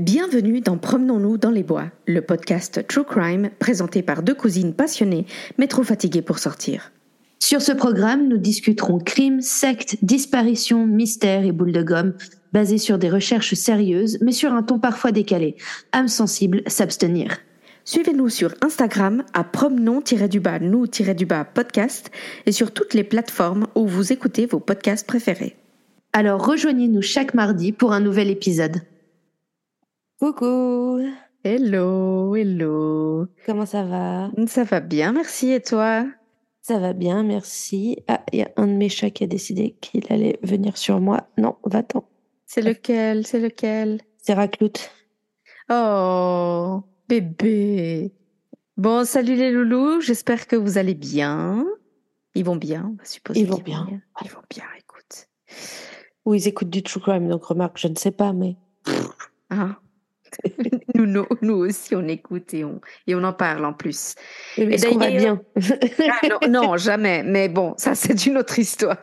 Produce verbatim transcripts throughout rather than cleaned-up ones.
Bienvenue dans Promenons-nous dans les bois, le podcast True Crime présenté par deux cousines passionnées mais trop fatiguées pour sortir. Sur ce programme, nous discuterons crimes, sectes, disparitions, mystères et boules de gomme, basés sur des recherches sérieuses mais sur un ton parfois décalé. Âme sensible, s'abstenir. Suivez-nous sur Instagram à promenons-nous-du-bas podcast et sur toutes les plateformes où vous écoutez vos podcasts préférés. Alors rejoignez-nous chaque mardi pour un nouvel épisode. Coucou. Hello, hello. Comment ça va? Ça va bien, merci. Et toi? Ça va bien, merci. Ah, il y a un de mes chats qui a décidé qu'il allait venir sur moi. Non, va-t'en. C'est lequel? C'est lequel? C'est Racloute. Oh, bébé. Bon, salut les loulous, j'espère que vous allez bien. Ils vont bien, on va supposer. Ils vont bien. bien. Ils vont bien, écoute. Ou ils écoutent du true crime, donc remarque, je ne sais pas, mais... Ah. nous, nous, nous aussi, on écoute et on, et on en parle en plus. Mais et est-ce qu'on va bien? ah, non, non, jamais. Mais bon, ça, c'est une autre histoire.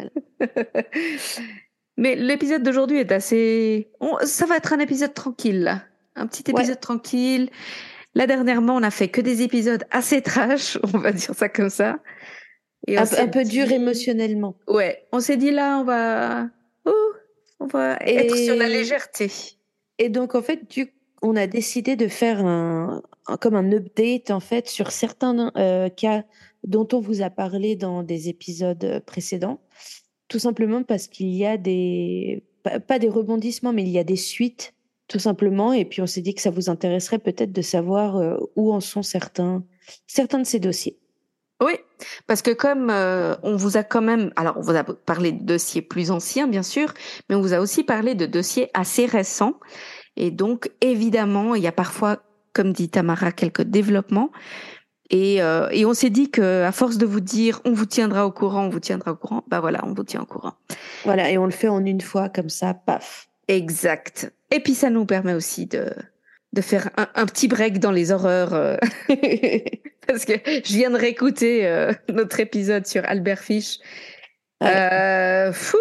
Mais l'épisode d'aujourd'hui est assez... On... Ça va être un épisode tranquille, là. Un petit épisode ouais. tranquille. Là, dernièrement, on a fait que des épisodes assez trash, on va dire ça comme ça. Et un, un peu dit... dur émotionnellement. Ouais, on s'est dit là, on va... Ouh, on va et... être sur la légèreté. Et donc, en fait, du... on a décidé de faire un, un, comme un update, en fait, sur certains euh, cas dont on vous a parlé dans des épisodes précédents. Tout simplement parce qu'il y a des... Pas, pas des rebondissements, mais il y a des suites, tout simplement. Et puis, on s'est dit que ça vous intéresserait peut-être de savoir euh, où en sont certains, certains de ces dossiers. Oui, parce que comme euh, on vous a quand même... Alors, on vous a parlé de dossiers plus anciens, bien sûr, mais on vous a aussi parlé de dossiers assez récents. Et donc, évidemment, il y a parfois, comme dit Tamara, quelques développements. Et, euh, et on s'est dit qu'à force de vous dire « on vous tiendra au courant, on vous tiendra au courant », bah voilà, on vous tient au courant. Voilà, et on le fait en une fois, comme ça, paf. Exact. Et puis, ça nous permet aussi de... de faire un, un petit break dans les horreurs euh, parce que je viens de réécouter euh, notre épisode sur Albert Fish. Ouais. Euh, fou.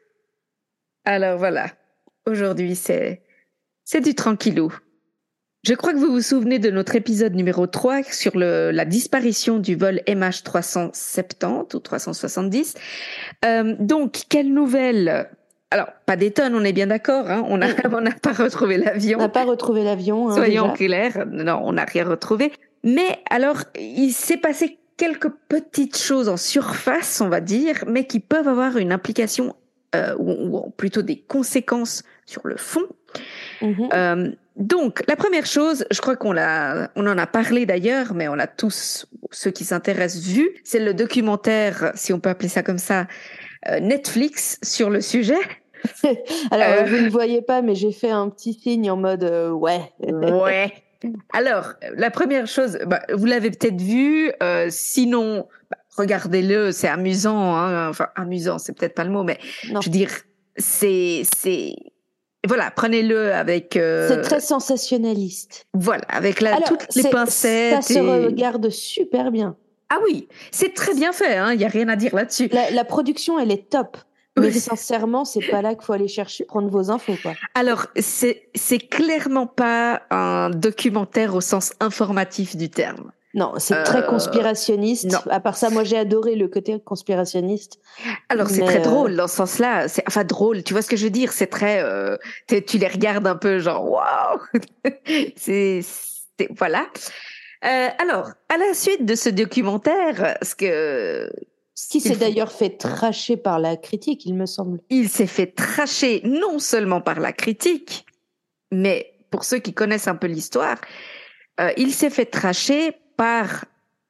Alors voilà, aujourd'hui c'est c'est du tranquillou. Je crois que vous vous souvenez de notre épisode numéro trois sur le, la disparition du vol M H trois cent soixante-dix ou trois cent soixante-dix. Euh, donc, quelle nouvelle? Alors, pas des tonnes, on est bien d'accord, hein, on n'a on n'a pas retrouvé l'avion. On n'a pas retrouvé l'avion. Hein, Soyons clairs, non, on n'a rien retrouvé. Mais alors, il s'est passé quelques petites choses en surface, on va dire, mais qui peuvent avoir une implication, euh, ou, ou plutôt des conséquences sur le fond. Mm-hmm. Euh, donc, la première chose, je crois qu'on l'a, on en a parlé d'ailleurs, mais on l'a tous, ceux qui s'intéressent, vu, c'est le documentaire, si on peut appeler ça comme ça, euh, Netflix sur le sujet. Alors, euh... vous ne voyez pas, mais j'ai fait un petit signe en mode euh, ouais. Ouais. Alors, la première chose, bah, vous l'avez peut-être vu, euh, sinon, bah, regardez-le, c'est amusant, hein, enfin, amusant, c'est peut-être pas le mot, mais non. Je veux dire, c'est, c'est, voilà, prenez-le avec... Euh... C'est très sensationnaliste. Voilà, avec la, Alors, toutes les pincettes. Ça et... se regarde super bien. Ah oui, c'est très bien fait, hein, il n'y a rien à dire là-dessus. La, la production, elle est top. Mais sincèrement, c'est pas là qu'il faut aller chercher, prendre vos infos, quoi. Alors, c'est, c'est clairement pas un documentaire au sens informatif du terme. Non, c'est euh, très conspirationniste. Non. À part ça, moi, j'ai adoré le côté conspirationniste. Alors, c'est très euh... drôle dans ce sens-là. C'est, enfin, drôle, tu vois ce que je veux dire? C'est très... Euh, tu les regardes un peu genre, waouh. c'est, c'est... Voilà. Euh, alors, à la suite de ce documentaire, ce que... Qui s'est d'ailleurs fait tracher par la critique, il me semble. Il s'est fait tracher non seulement par la critique, mais pour ceux qui connaissent un peu l'histoire, euh, il s'est fait tracher par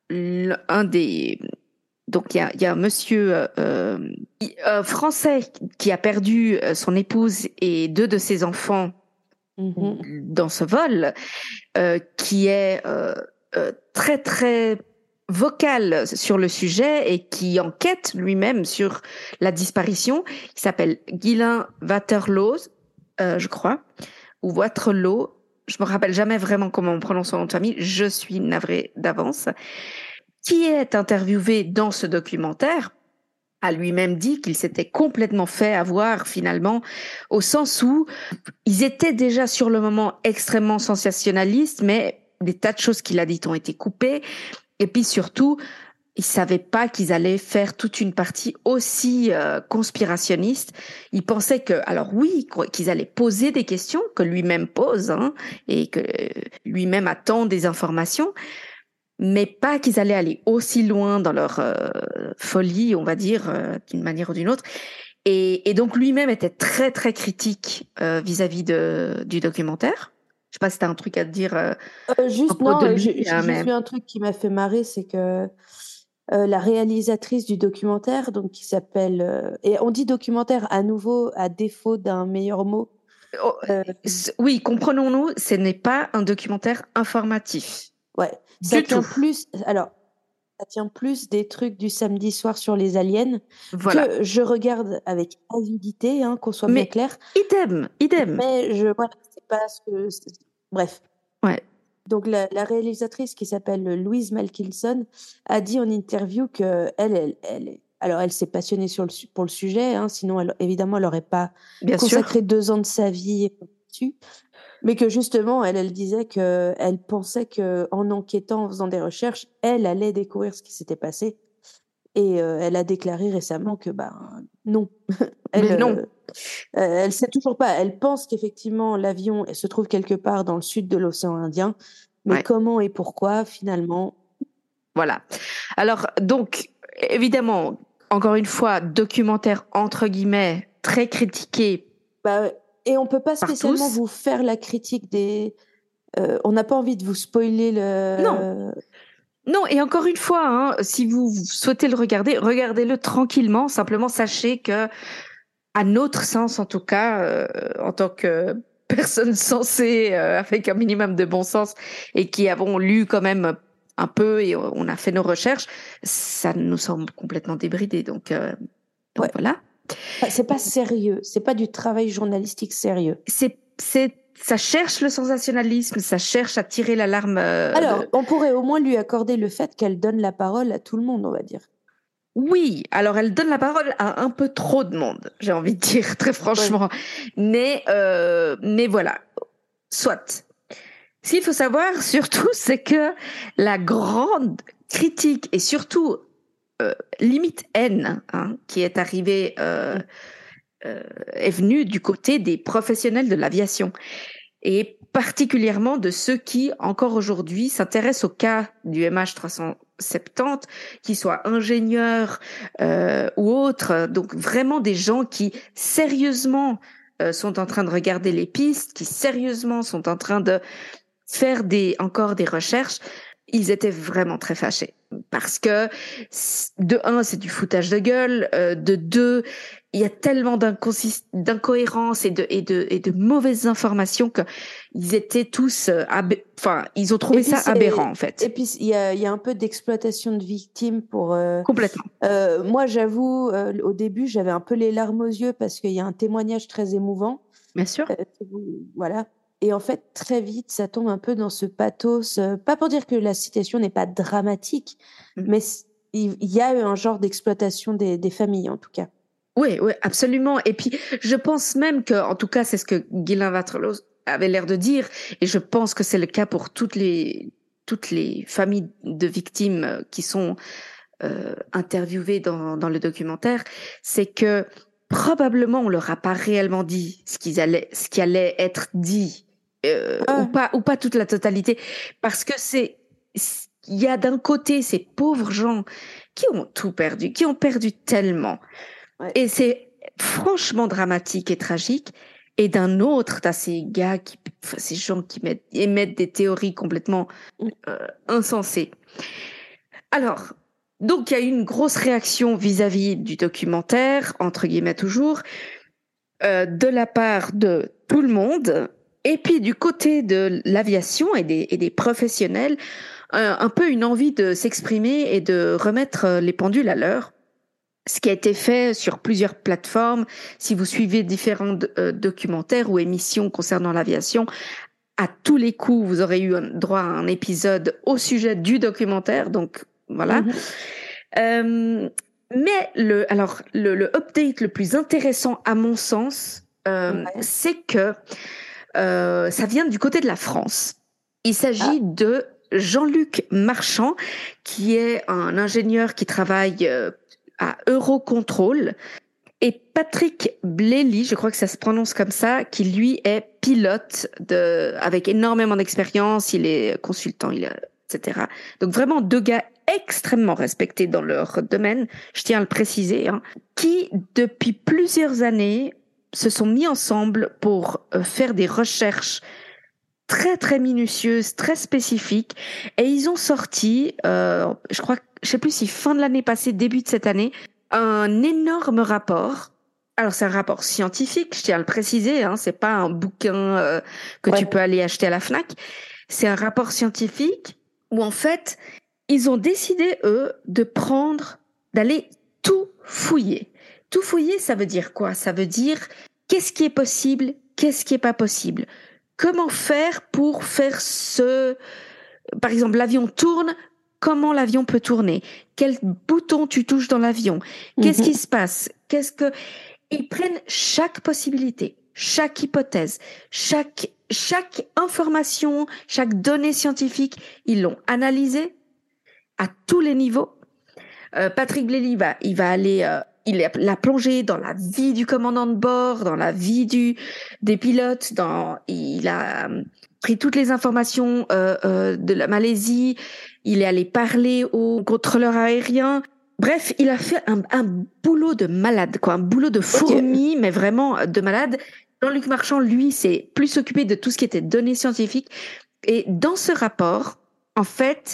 un des... Donc, il y a, y a un monsieur euh, euh, français qui a perdu son épouse et deux de ses enfants mm-hmm. dans ce vol, euh, qui est euh, euh, très, très... vocal sur le sujet et qui enquête lui-même sur la disparition. Il s'appelle Ghislain Waterloo, euh, je crois, ou Waterloo. Je me rappelle jamais vraiment comment on prononce son nom de famille. Je suis navrée d'avance. Qui est interviewé dans ce documentaire a lui-même dit qu'il s'était complètement fait avoir finalement, au sens où ils étaient déjà sur le moment extrêmement sensationnalistes, mais des tas de choses qu'il a dites ont été coupées. Et puis surtout, ils savaient pas qu'ils allaient faire toute une partie aussi euh, conspirationniste. Ils pensaient que, alors oui, qu'ils allaient poser des questions que lui-même pose, hein, et que lui-même attend des informations, mais pas qu'ils allaient aller aussi loin dans leur euh, folie, on va dire, euh, d'une manière ou d'une autre. Et, et donc lui-même était très très critique euh, vis-à-vis de, du documentaire. Je sais pas si t'as un truc à te dire euh, Euh, à juste, propos non, de euh, lui. j'ai j'ai hein, juste mais... vu un truc qui m'a fait marrer, c'est que euh, la réalisatrice du documentaire, donc qui s'appelle, euh, et on dit documentaire à nouveau, à défaut d'un meilleur mot. Oh, Euh, oui, comprenons-nous, ce n'est pas un documentaire informatif. ouais, ça Du tient tout. plus, alors, ça tient plus des trucs du samedi soir sur les aliens Voilà. que je regarde avec avidité, hein, qu'on soit bien Mais clair. idem, idem. Mais je, voilà, c'est pas ce que, c'est- bref. Ouais. Donc la, la réalisatrice qui s'appelle Louise Malkinson a dit en interview que elle, elle, elle alors elle s'est passionnée sur le, su- pour le sujet, hein, sinon elle, évidemment elle n'aurait pas Bien sûr. consacré deux ans de sa vie dessus, mais que justement elle, elle disait que elle pensait que en enquêtant, en faisant des recherches, elle allait découvrir ce qui s'était passé, et euh, elle a déclaré récemment que bah non, elle, Mais non. euh, euh, elle sait toujours pas. Elle pense qu'effectivement l'avion se trouve quelque part dans le sud de l'océan Indien, mais Ouais. comment et pourquoi finalement? Voilà. Alors, donc, évidemment, encore une fois, documentaire entre guillemets très critiqué Bah, ouais. Et on peut pas par spécialement tous. vous faire la critique des. euh, on n'a pas envie de vous spoiler Non. le. Non, et encore une fois, hein, si vous souhaitez le regarder, regardez-le tranquillement. Simplement, sachez que, à notre sens, en tout cas, euh, en tant que personne sensée, euh, avec un minimum de bon sens, et qui avons lu quand même un peu et on a fait nos recherches, ça nous semble complètement débridé. Donc, euh, donc Ouais. voilà. Enfin, c'est pas sérieux. C'est pas du travail journalistique sérieux. C'est, c'est, ça cherche le sensationnalisme, ça cherche à tirer l'alarme. Euh, Alors, de... on pourrait au moins lui accorder le fait qu'elle donne la parole à tout le monde, on va dire. Oui, alors elle donne la parole à un peu trop de monde, j'ai envie de dire très franchement. Ouais. Mais, euh, mais voilà, soit. Ce qu'il faut savoir surtout, c'est que la grande critique et surtout euh, limite haine hein, qui est arrivée euh, euh, est venue du côté des professionnels de l'aviation et particulièrement de ceux qui encore aujourd'hui s'intéressent au cas du M H trois cent soixante-dix, qu'ils soient ingénieurs euh, ou autres, donc vraiment des gens qui sérieusement euh, sont en train de regarder les pistes, qui sérieusement sont en train de faire des, encore des recherches, ils étaient vraiment très fâchés. Parce que, de un, c'est du foutage de gueule, euh, de deux, il y a tellement d'incohérences et de, et, de, et de mauvaises informations qu'ils étaient tous, euh, ab- enfin, ils ont trouvé ça aberrant, en fait. Et puis, il y a, y a un peu d'exploitation de victimes pour... Euh, Complètement. Euh, moi, j'avoue, euh, au début, j'avais un peu les larmes aux yeux parce qu'il y a un témoignage très émouvant. Bien sûr. Euh, voilà. Et en fait, très vite, ça tombe un peu dans ce pathos. Euh, pas pour dire que la situation n'est pas dramatique, mmh. mais il y a eu un genre d'exploitation des, des familles, en tout cas. Oui, oui, absolument. Et puis, je pense même que, en tout cas, c'est ce que Ghislain Waterloo avait l'air de dire, et je pense que c'est le cas pour toutes les toutes les familles de victimes qui sont euh, interviewées dans dans le documentaire, c'est que probablement on leur a pas réellement dit ce qu'ils allaient ce qui allait être dit euh, ah. ou pas ou pas toute la totalité, parce que c'est il y a d'un côté ces pauvres gens qui ont tout perdu, qui ont perdu tellement. Ouais. Et c'est franchement dramatique et tragique. Et d'un autre, t'as ces gars qui, enfin, ces gens qui mettent, émettent des théories complètement euh, insensées. Alors, donc il y a eu une grosse réaction vis-à-vis du documentaire, entre guillemets toujours, euh, de la part de tout le monde. Et puis du côté de l'aviation et des, et des professionnels, euh, un peu une envie de s'exprimer et de remettre les pendules à l'heure. Ce qui a été fait sur plusieurs plateformes. Si vous suivez différents euh, documentaires ou émissions concernant l'aviation, à tous les coups, vous aurez eu un, droit à un épisode au sujet du documentaire. Donc, voilà. Mm-hmm. Euh, Mais le, alors, le, le update le plus intéressant à mon sens, euh, Ouais. c'est que euh, ça vient du côté de la France. Il s'agit de Jean-Luc Marchand, qui est un ingénieur qui travaille euh, à Eurocontrol, et Patrick Blely, je crois que ça se prononce comme ça, qui lui est pilote de, avec énormément d'expérience, il est consultant, il est, et cetera. Donc vraiment deux gars extrêmement respectés dans leur domaine, je tiens à le préciser, hein, qui depuis plusieurs années se sont mis ensemble pour euh, faire des recherches très très minutieuses, très spécifiques, et ils ont sorti, euh, je crois, je sais plus si fin de l'année passée, début de cette année, un énorme rapport. Alors c'est un rapport scientifique, je tiens à le préciser, hein, c'est pas un bouquin euh, que Ouais. tu peux aller acheter à la Fnac. C'est un rapport scientifique où en fait ils ont décidé eux de prendre, d'aller tout fouiller. Tout fouiller, ça veut dire quoi? Ça veut dire qu'est-ce qui est possible, qu'est-ce qui est pas possible. Comment faire pour faire ce, par exemple, l'avion tourne. Comment l'avion peut tourner? Quel bouton tu touches dans l'avion? Qu'est-ce Mhm. qui se passe? Qu'est-ce que ils prennent chaque possibilité, chaque hypothèse, chaque chaque information, chaque donnée scientifique, ils l'ont analysée à tous les niveaux. Euh, Patrick Blely va, il va aller, euh, il l'a plongé dans la vie du commandant de bord, dans la vie du des pilotes, dans il a euh, pris toutes les informations euh, euh, de la Malaisie. Il est allé parler aux contrôleurs aériens. Bref, il a fait un, un boulot de malade, quoi, un boulot de fourmi, mais vraiment de malade. Jean-Luc Marchand, lui, s'est plus occupé de tout ce qui était données scientifiques. Et dans ce rapport, en fait,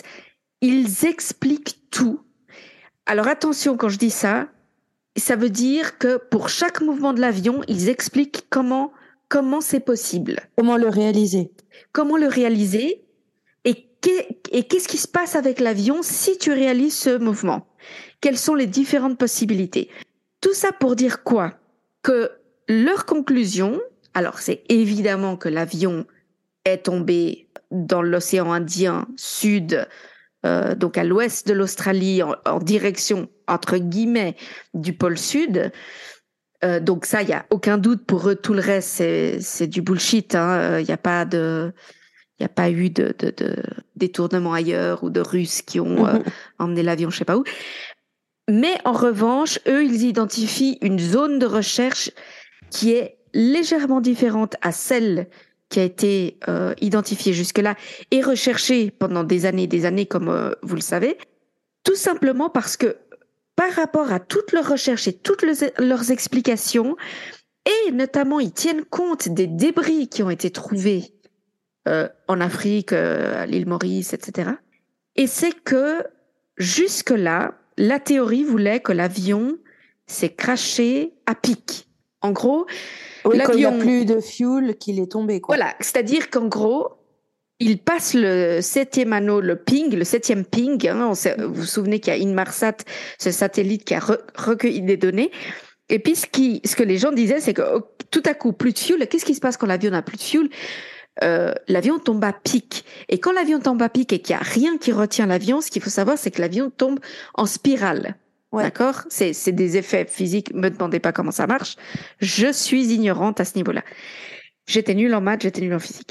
ils expliquent tout. Alors attention, quand je dis ça, ça veut dire que pour chaque mouvement de l'avion, ils expliquent comment comment c'est possible. Comment le réaliser? Comment le réaliser et qu'est-ce qui se passe avec l'avion si tu réalises ce mouvement? Quelles sont les différentes possibilités? Tout ça pour dire quoi? Que leur conclusion, alors c'est évidemment que l'avion est tombé dans l'océan Indien sud, euh, donc à l'ouest de l'Australie, en, en direction, entre guillemets, du pôle sud. Euh, donc ça, il n'y a aucun doute. Pour eux, tout le reste, c'est, c'est du bullshit. Il hein. n'y a pas de... Il n'y a pas eu de, de, de détournement ailleurs ou de Russes qui ont mmh. euh, emmené l'avion je ne sais pas où. Mais en revanche, eux, ils identifient une zone de recherche qui est légèrement différente à celle qui a été euh, identifiée jusque-là et recherchée pendant des années et des années, comme euh, vous le savez, tout simplement parce que par rapport à toutes leurs recherches et toutes les, leurs explications, et notamment ils tiennent compte des débris qui ont été trouvés Euh, en Afrique, euh, à l'île Maurice, et cetera. Et c'est que jusque-là, la théorie voulait que l'avion s'est crashé à pic. En gros, oui, l'avion... quand il n'y a plus de fuel, qu'il est tombé, quoi. Voilà, c'est-à-dire qu'en gros, il passe le septième anneau, le ping, le septième ping. Hein, on sait, vous vous souvenez qu'il y a Inmarsat, ce satellite qui a re- recueilli des données. Et puis, ce, qui, ce que les gens disaient, c'est que oh, tout à coup, plus de fuel. Qu'est-ce qui se passe quand l'avion n'a plus de fuel? Euh, l'avion tombe à pic. Et quand l'avion tombe à pic et qu'il n'y a rien qui retient l'avion, ce qu'il faut savoir, c'est que l'avion tombe en spirale. Ouais. D'accord? C'est, c'est des effets physiques. Me demandez pas comment ça marche. Je suis ignorante à ce niveau-là. J'étais nulle en maths, j'étais nulle en physique.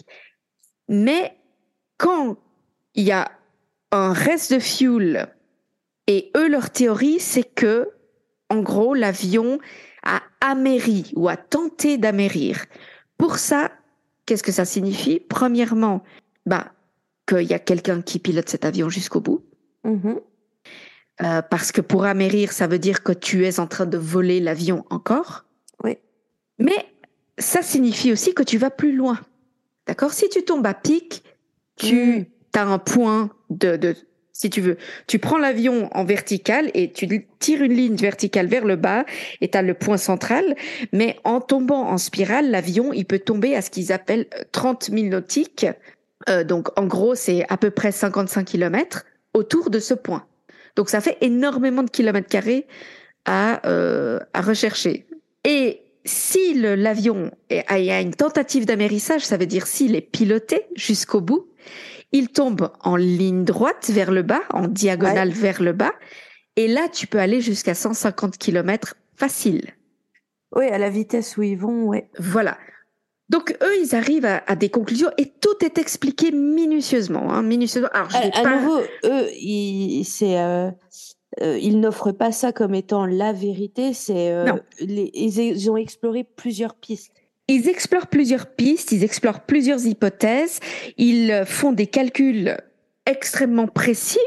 Mais quand il y a un reste de fuel et eux, leur théorie, c'est que, en gros, l'avion a améri ou a tenté d'amérir. Pour ça, qu'est-ce que ça signifie? Premièrement, bah, qu'il y a quelqu'un qui pilote cet avion jusqu'au bout. Mm-hmm. Euh, parce que pour amérir, ça veut dire que tu es en train de voler l'avion encore. Oui. Mais ça signifie aussi que tu vas plus loin. D'accord? Si tu tombes à pic, tu mm. as un point de, de... Si tu veux, tu prends l'avion en vertical et tu tires une ligne verticale vers le bas et tu as le point central. Mais en tombant en spirale, l'avion, il peut tomber à ce qu'ils appellent trente milles nautiques. Euh, donc, en gros, c'est à peu près cinquante-cinq kilomètres autour de ce point. Donc, ça fait énormément de kilomètres carrés à, euh, à rechercher. Et si le, l'avion a une tentative d'amérissage, ça veut dire s'il est piloté jusqu'au bout, il tombe en ligne droite vers le bas, en diagonale ouais. vers le bas, Et là, tu peux aller jusqu'à cent cinquante kilomètres facile. Oui, à la vitesse où ils vont, ouais. Voilà. Donc, eux, ils arrivent à, à des conclusions et tout est expliqué minutieusement. Hein, minutieusement. Alors, je À, vais à pas... nouveau, eux, ils, c'est, euh, euh, ils n'offrent pas ça comme étant la vérité. C'est, euh, Non. les, ils, ils ont exploré plusieurs pistes. Ils explorent plusieurs pistes, ils explorent plusieurs hypothèses, ils font des calculs extrêmement précis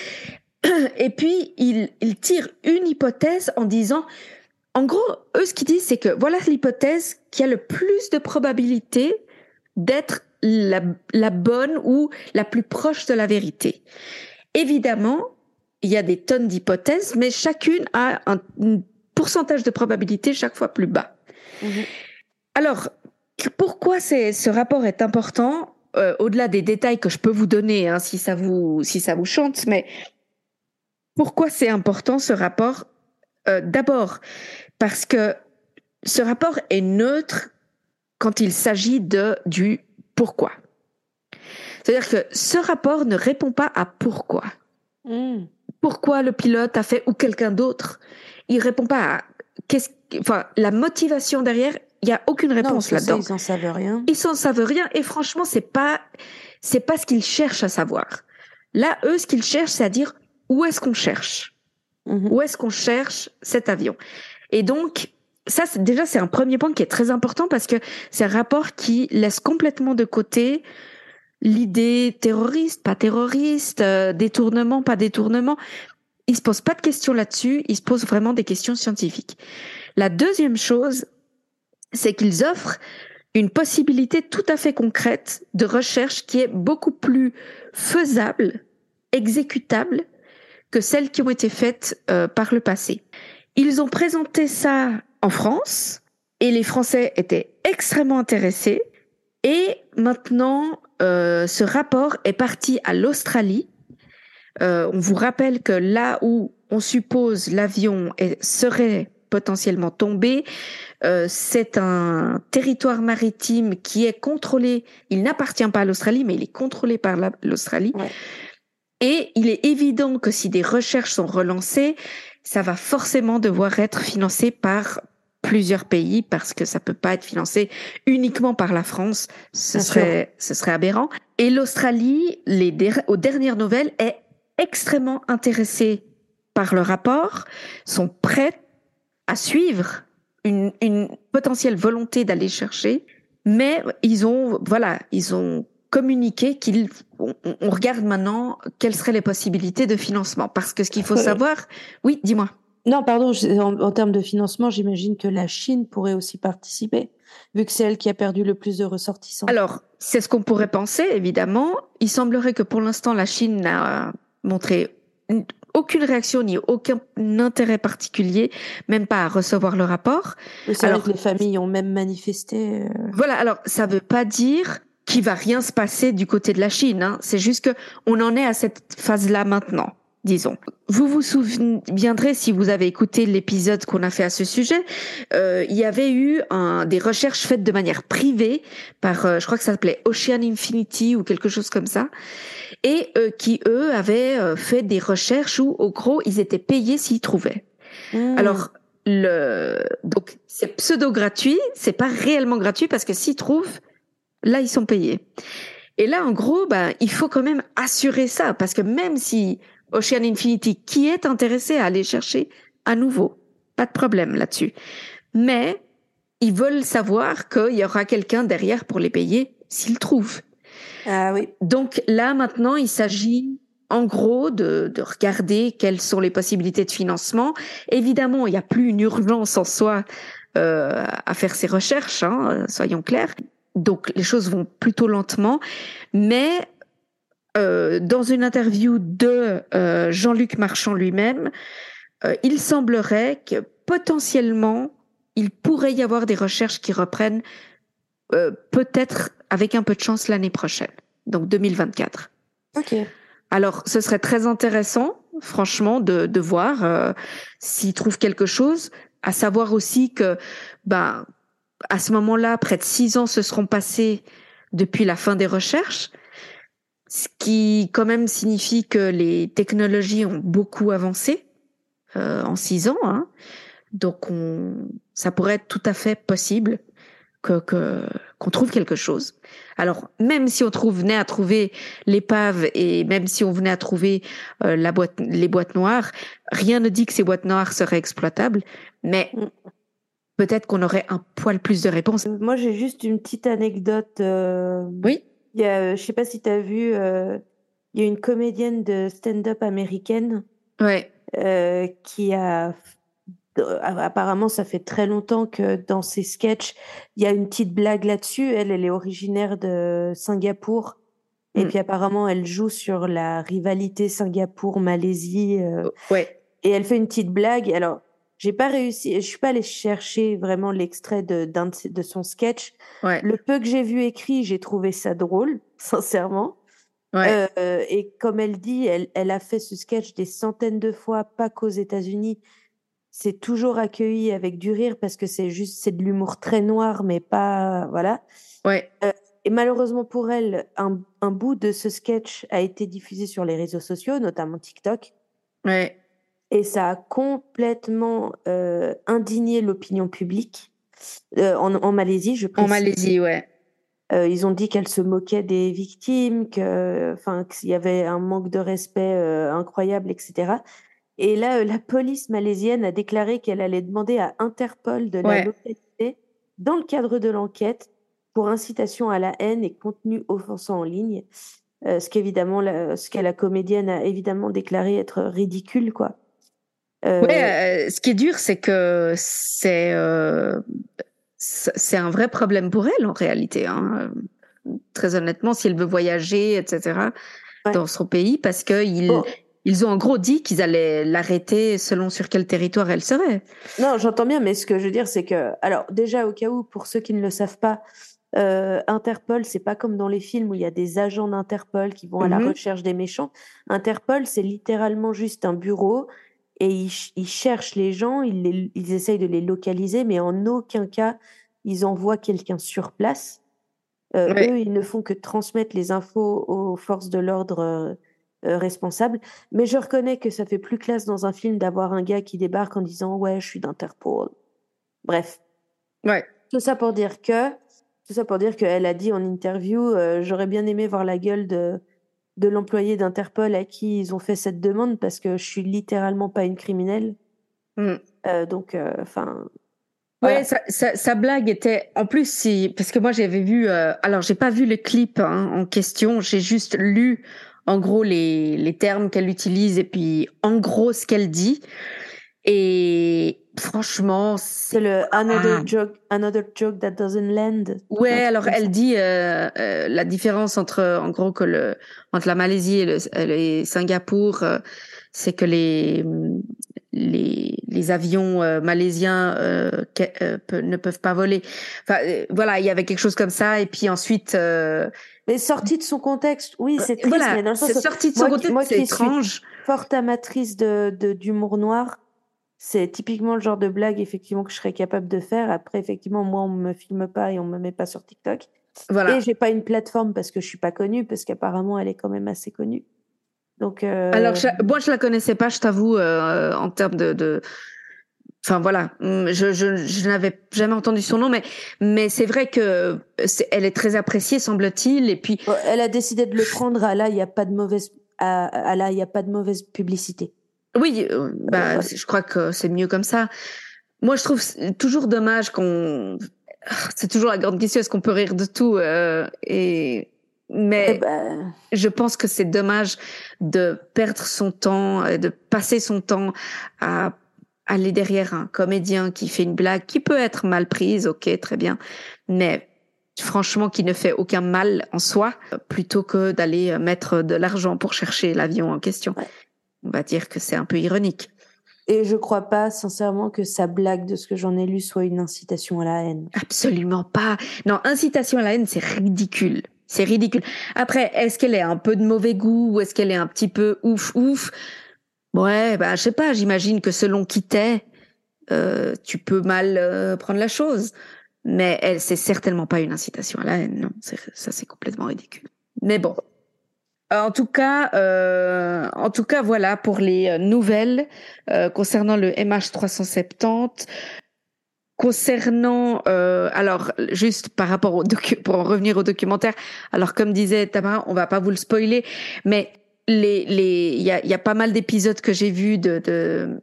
et puis ils, ils tirent une hypothèse en disant, en gros, eux ce qu'ils disent c'est que voilà l'hypothèse qui a le plus de probabilité d'être la, la bonne ou la plus proche de la vérité. Évidemment, il y a des tonnes d'hypothèses, mais chacune a un, un pourcentage de probabilité chaque fois plus bas. Mmh. Alors, pourquoi c'est, ce rapport est important, euh, au-delà des détails que je peux vous donner, hein, si ça vous, si ça vous chante, mais pourquoi c'est important ce rapport? euh, D'abord, parce que ce rapport est neutre quand il s'agit de du pourquoi. C'est-à-dire que ce rapport ne répond pas à pourquoi. Mmh. Pourquoi le pilote a fait ou quelqu'un d'autre. Il répond pas à qu'est-ce, enfin, la motivation derrière. Il y a aucune réponse non, là-dedans. Ça, ils en savent rien. Ils en savent rien et franchement, c'est pas, c'est pas ce qu'ils cherchent à savoir. Là, eux, ce qu'ils cherchent, c'est à dire où est-ce qu'on cherche, mmh. où est-ce qu'on cherche cet avion. Et donc, ça, c'est, déjà, c'est un premier point qui est très important parce que c'est un rapport qui laisse complètement de côté l'idée terroriste, pas terroriste, euh, détournement, pas détournement. Ils se posent pas de questions là-dessus. Ils se posent vraiment des questions scientifiques. La deuxième chose, c'est qu'ils offrent une possibilité tout à fait concrète de recherche qui est beaucoup plus faisable, exécutable que celles qui ont été faites euh, par le passé. Ils ont présenté ça en France et les Français étaient extrêmement intéressés. Et maintenant, euh, ce rapport est parti à l'Australie. Euh, on vous rappelle que là où on suppose l'avion est, serait potentiellement tombé, euh, c'est un territoire maritime qui est contrôlé. Il n'appartient pas à l'Australie, mais il est contrôlé par la, l'Australie. Ouais. Et il est évident que si des recherches sont relancées, ça va forcément devoir être financé par plusieurs pays parce que ça peut pas être financé uniquement par la France. Ce Bien serait, sûr. ce serait aberrant. Et l'Australie, les der- aux dernières nouvelles, est extrêmement intéressée par le rapport, sont prêts à suivre une, une potentielle volonté d'aller chercher, mais ils ont, voilà, ils ont communiqué qu'ils, on, on regarde maintenant quelles seraient les possibilités de financement, parce que ce qu'il faut savoir, oui, dis-moi. Non, pardon, en, en termes de financement, j'imagine que la Chine pourrait aussi participer, vu que c'est elle qui a perdu le plus de ressortissants. Alors, c'est ce qu'on pourrait penser, évidemment. Il semblerait que pour l'instant, la Chine n'a montré aucune réaction ni aucun intérêt particulier, même pas à recevoir le rapport. Mais c'est alors vrai que les familles ont même manifesté. Euh... Voilà, alors ça veut pas dire qu'il va rien se passer du côté de la Chine, hein. C'est juste que on en est à cette phase-là maintenant, disons. Vous vous souviendrez, si vous avez écouté l'épisode qu'on a fait à ce sujet, euh, il y avait eu un, des recherches faites de manière privée par, euh, je crois que ça s'appelait Ocean Infinity ou quelque chose comme ça, et euh, qui, eux, avaient euh, fait des recherches où, au gros, ils étaient payés s'ils trouvaient. Mmh. Alors, le donc c'est pseudo-gratuit, c'est pas réellement gratuit parce que s'ils trouvent, là, ils sont payés. Et là, en gros, bah, il faut quand même assurer ça parce que même si Ocean Infinity, qui est intéressé à aller chercher à nouveau, pas de problème là-dessus. Mais ils veulent savoir qu'il y aura quelqu'un derrière pour les payer s'ils trouvent. Ah oui. Donc là, maintenant, il s'agit en gros de, de regarder quelles sont les possibilités de financement. Évidemment, il n'y a plus une urgence en soi euh, à faire ces recherches, hein, soyons clairs. Donc les choses vont plutôt lentement. Mais euh, dans une interview de euh, Jean-Luc Marchand lui-même, euh, il semblerait que potentiellement, il pourrait y avoir des recherches qui reprennent euh, peut-être avec un peu de chance l'année prochaine, donc deux mille vingt-quatre. Ok. Alors, ce serait très intéressant, franchement, de, de voir euh, s'ils trouvent quelque chose. À savoir aussi que, ben, à ce moment-là, près de six ans se seront passés depuis la fin des recherches, ce qui quand même signifie que les technologies ont beaucoup avancé. euh, en six ans. Hein. Donc, on, ça pourrait être tout à fait possible que, que, qu'on trouve quelque chose. Alors, même si on trouve, venait à trouver l'épave et même si on venait à trouver euh, la boîte, les boîtes noires, rien ne dit que ces boîtes noires seraient exploitables, mais Mm. peut-être qu'on aurait un poil plus de réponses. Moi, j'ai juste une petite anecdote. euh, Oui. Il y a, je sais pas si tu as vu, euh, il y a une comédienne de stand-up américaine Ouais. euh, qui a. euh, Apparemment, ça fait très longtemps que dans ses sketchs, il y a une petite blague là-dessus. Elle, elle est originaire de Singapour. Et Mm. puis apparemment, elle joue sur la rivalité Singapour-Malaisie. euh, Ouais. et elle fait une petite blague. Alors, j'ai pas réussi, je suis pas allée chercher vraiment l'extrait de, d'un de, ses- de son sketch. Ouais. Le peu que j'ai vu écrit, j'ai trouvé ça drôle, sincèrement. Ouais. Euh, et comme elle dit, elle, elle a fait ce sketch des centaines de fois, pas qu'aux États-Unis. C'est toujours accueilli avec du rire parce que c'est juste, c'est de l'humour très noir, mais pas, voilà. Ouais. Euh, et malheureusement pour elle, un, un bout de ce sketch a été diffusé sur les réseaux sociaux, notamment TikTok. Ouais. Et ça a complètement euh, indigné l'opinion publique euh, en, en Malaisie, je En précise. Malaisie, ouais. Euh, ils ont dit qu'elle se moquait des victimes, que, enfin, qu'il y avait un manque de respect euh, incroyable, et cetera. Et là, euh, la police malaisienne a déclaré qu'elle allait demander à Interpol de la Ouais. localité dans le cadre de l'enquête pour incitation à la haine et contenu offensant en ligne. Euh, ce qu'évidemment, la, ce que la comédienne a évidemment déclaré être ridicule, quoi. Euh, Ouais, euh, ce qui est dur, c'est que c'est euh, c'est un vrai problème pour elle en réalité. Hein. Très honnêtement, si elle veut voyager, et cetera, ouais. dans son pays, parce que ils Bon, ils ont en gros dit qu'ils allaient l'arrêter selon sur quel territoire elle serait. non, j'entends bien, mais ce que je veux dire, c'est que, alors déjà au cas où, pour ceux qui ne le savent pas, euh, Interpol, c'est pas comme dans les films où il y a des agents d'Interpol qui vont à la Mhm. recherche des méchants. Interpol, c'est littéralement juste un bureau et ils, ch- ils cherchent les gens, ils, les- ils essayent de les localiser, mais en aucun cas ils envoient quelqu'un sur place. Euh, Ouais. eux, ils ne font que transmettre les infos aux forces de l'ordre euh, euh, responsables. Mais je reconnais que ça fait plus classe dans un film d'avoir un gars qui débarque en disant ouais, je suis d'Interpol. Bref, Ouais. tout ça pour dire que, tout ça pour dire qu'elle a dit en interview, euh, j'aurais bien aimé voir la gueule de de l'employé d'Interpol à qui ils ont fait cette demande parce que je suis littéralement pas une criminelle. Mm. Euh, donc, enfin, Ouais, voilà. sa, sa, sa blague était en plus si parce que moi j'avais vu euh, alors j'ai pas vu le clip hein, en question, j'ai juste lu en gros les les termes qu'elle utilise et puis en gros ce qu'elle dit et franchement C'est c'est le another ah. joke, another joke that doesn't land. Ouais, Un truc alors comme ça. elle dit euh, euh, la différence entre en gros que le entre la Malaisie et le et Singapour euh, c'est que les les les avions euh, malaisiens euh, que- euh, pe- ne peuvent pas voler. Enfin euh, voilà, il y avait quelque chose comme ça et puis ensuite euh, Mais sorti de son contexte, oui, c'est triste, voilà, mais dans le c'est sens où sorti de son moi, qui- contexte, moi c'est qui suis étrange. forte amatrice de, de, d'humour noir, c'est typiquement le genre de blague effectivement que je serais capable de faire. Après, effectivement, moi, on me filme pas et on me met pas sur TikTok. Et Voilà. j'ai pas une plateforme parce que je suis pas connue, parce qu'apparemment, elle est quand même assez connue. Donc, Alors euh, je, moi je la connaissais pas, je t'avoue euh, en termes de, de enfin voilà, hum, je, je, je n'avais jamais entendu son nom, mais mais c'est vrai que c'est, elle est très appréciée semble-t-il. Et puis bon, elle a décidé de le prendre. À là, il y a pas de mauvaise, à, à là, il y a pas de mauvaise publicité. oui, euh, Euh, bah voilà. je crois que c'est mieux comme ça. Moi je trouve c'est toujours dommage qu'on, c'est toujours la grande question, est-ce qu'on peut rire de tout euh, et Eh mais ben, je pense que c'est dommage de perdre son temps, euh, de passer son temps à aller derrière un comédien qui fait une blague qui peut être mal prise, ok, très bien, mais franchement qui ne fait aucun mal en soi, plutôt que d'aller mettre de l'argent pour chercher l'avion en question. ouais. On va dire que c'est un peu ironique. Et je crois pas, sincèrement, que sa blague, de ce que j'en ai lu, soit une incitation à la haine. Absolument pas. Non, incitation à la haine, c'est ridicule. C'est ridicule. Après, est-ce qu'elle est un peu de mauvais goût ou est-ce qu'elle est un petit peu ouf ouf? Ouais, bah je sais pas, j'imagine que selon qui t'es, euh, tu peux mal euh, prendre la chose. Mais elle, c'est certainement pas une incitation à la haine, non. C'est, ça, c'est complètement ridicule. Mais bon. En tout cas, euh, en tout cas, voilà pour les nouvelles euh, concernant le M H trois cent soixante-dix. Concernant, euh, alors juste par rapport au docu pour en revenir au documentaire, alors comme disait Tamara, on va pas vous le spoiler, mais les les il y a il y a pas mal d'épisodes que j'ai vus de de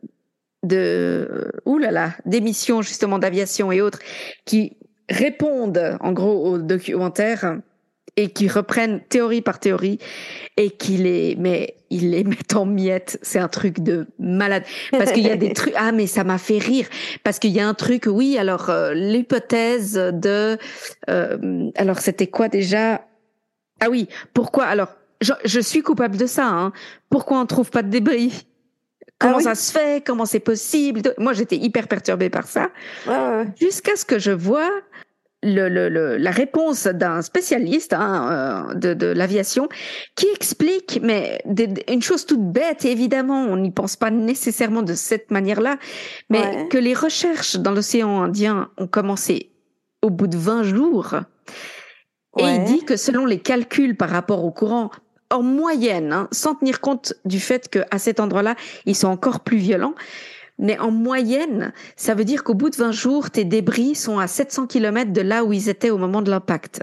de ouh là là d'émissions justement d'aviation et autres qui répondent en gros au documentaire et qui reprennent théorie par théorie et qui les mais ils les mettent en miettes. C'est un truc de malade parce qu'il y a des trucs. Ah mais ça m'a fait rire parce qu'il y a un truc. Oui, alors euh, l'hypothèse de euh, alors c'était quoi déjà? Ah oui, pourquoi alors je, je suis coupable de ça. Hein. Pourquoi on trouve pas de débris? Comment Ah oui? ça se fait? Comment c'est possible? Moi, j'étais hyper perturbée par ça. Ouais, ouais. Jusqu'à ce que je vois le, le, le, la réponse d'un spécialiste hein, euh, de, de l'aviation qui explique, mais des, une chose toute bête, et évidemment, on n'y pense pas nécessairement de cette manière-là, mais Ouais. que les recherches dans l'océan Indien ont commencé au bout de vingt jours. Et Ouais. il dit que selon les calculs par rapport au courant, en moyenne, hein, sans tenir compte du fait qu'à cet endroit-là, ils sont encore plus violents, mais en moyenne, ça veut dire qu'au bout de vingt jours, tes débris sont à sept cents kilomètres de là où ils étaient au moment de l'impact.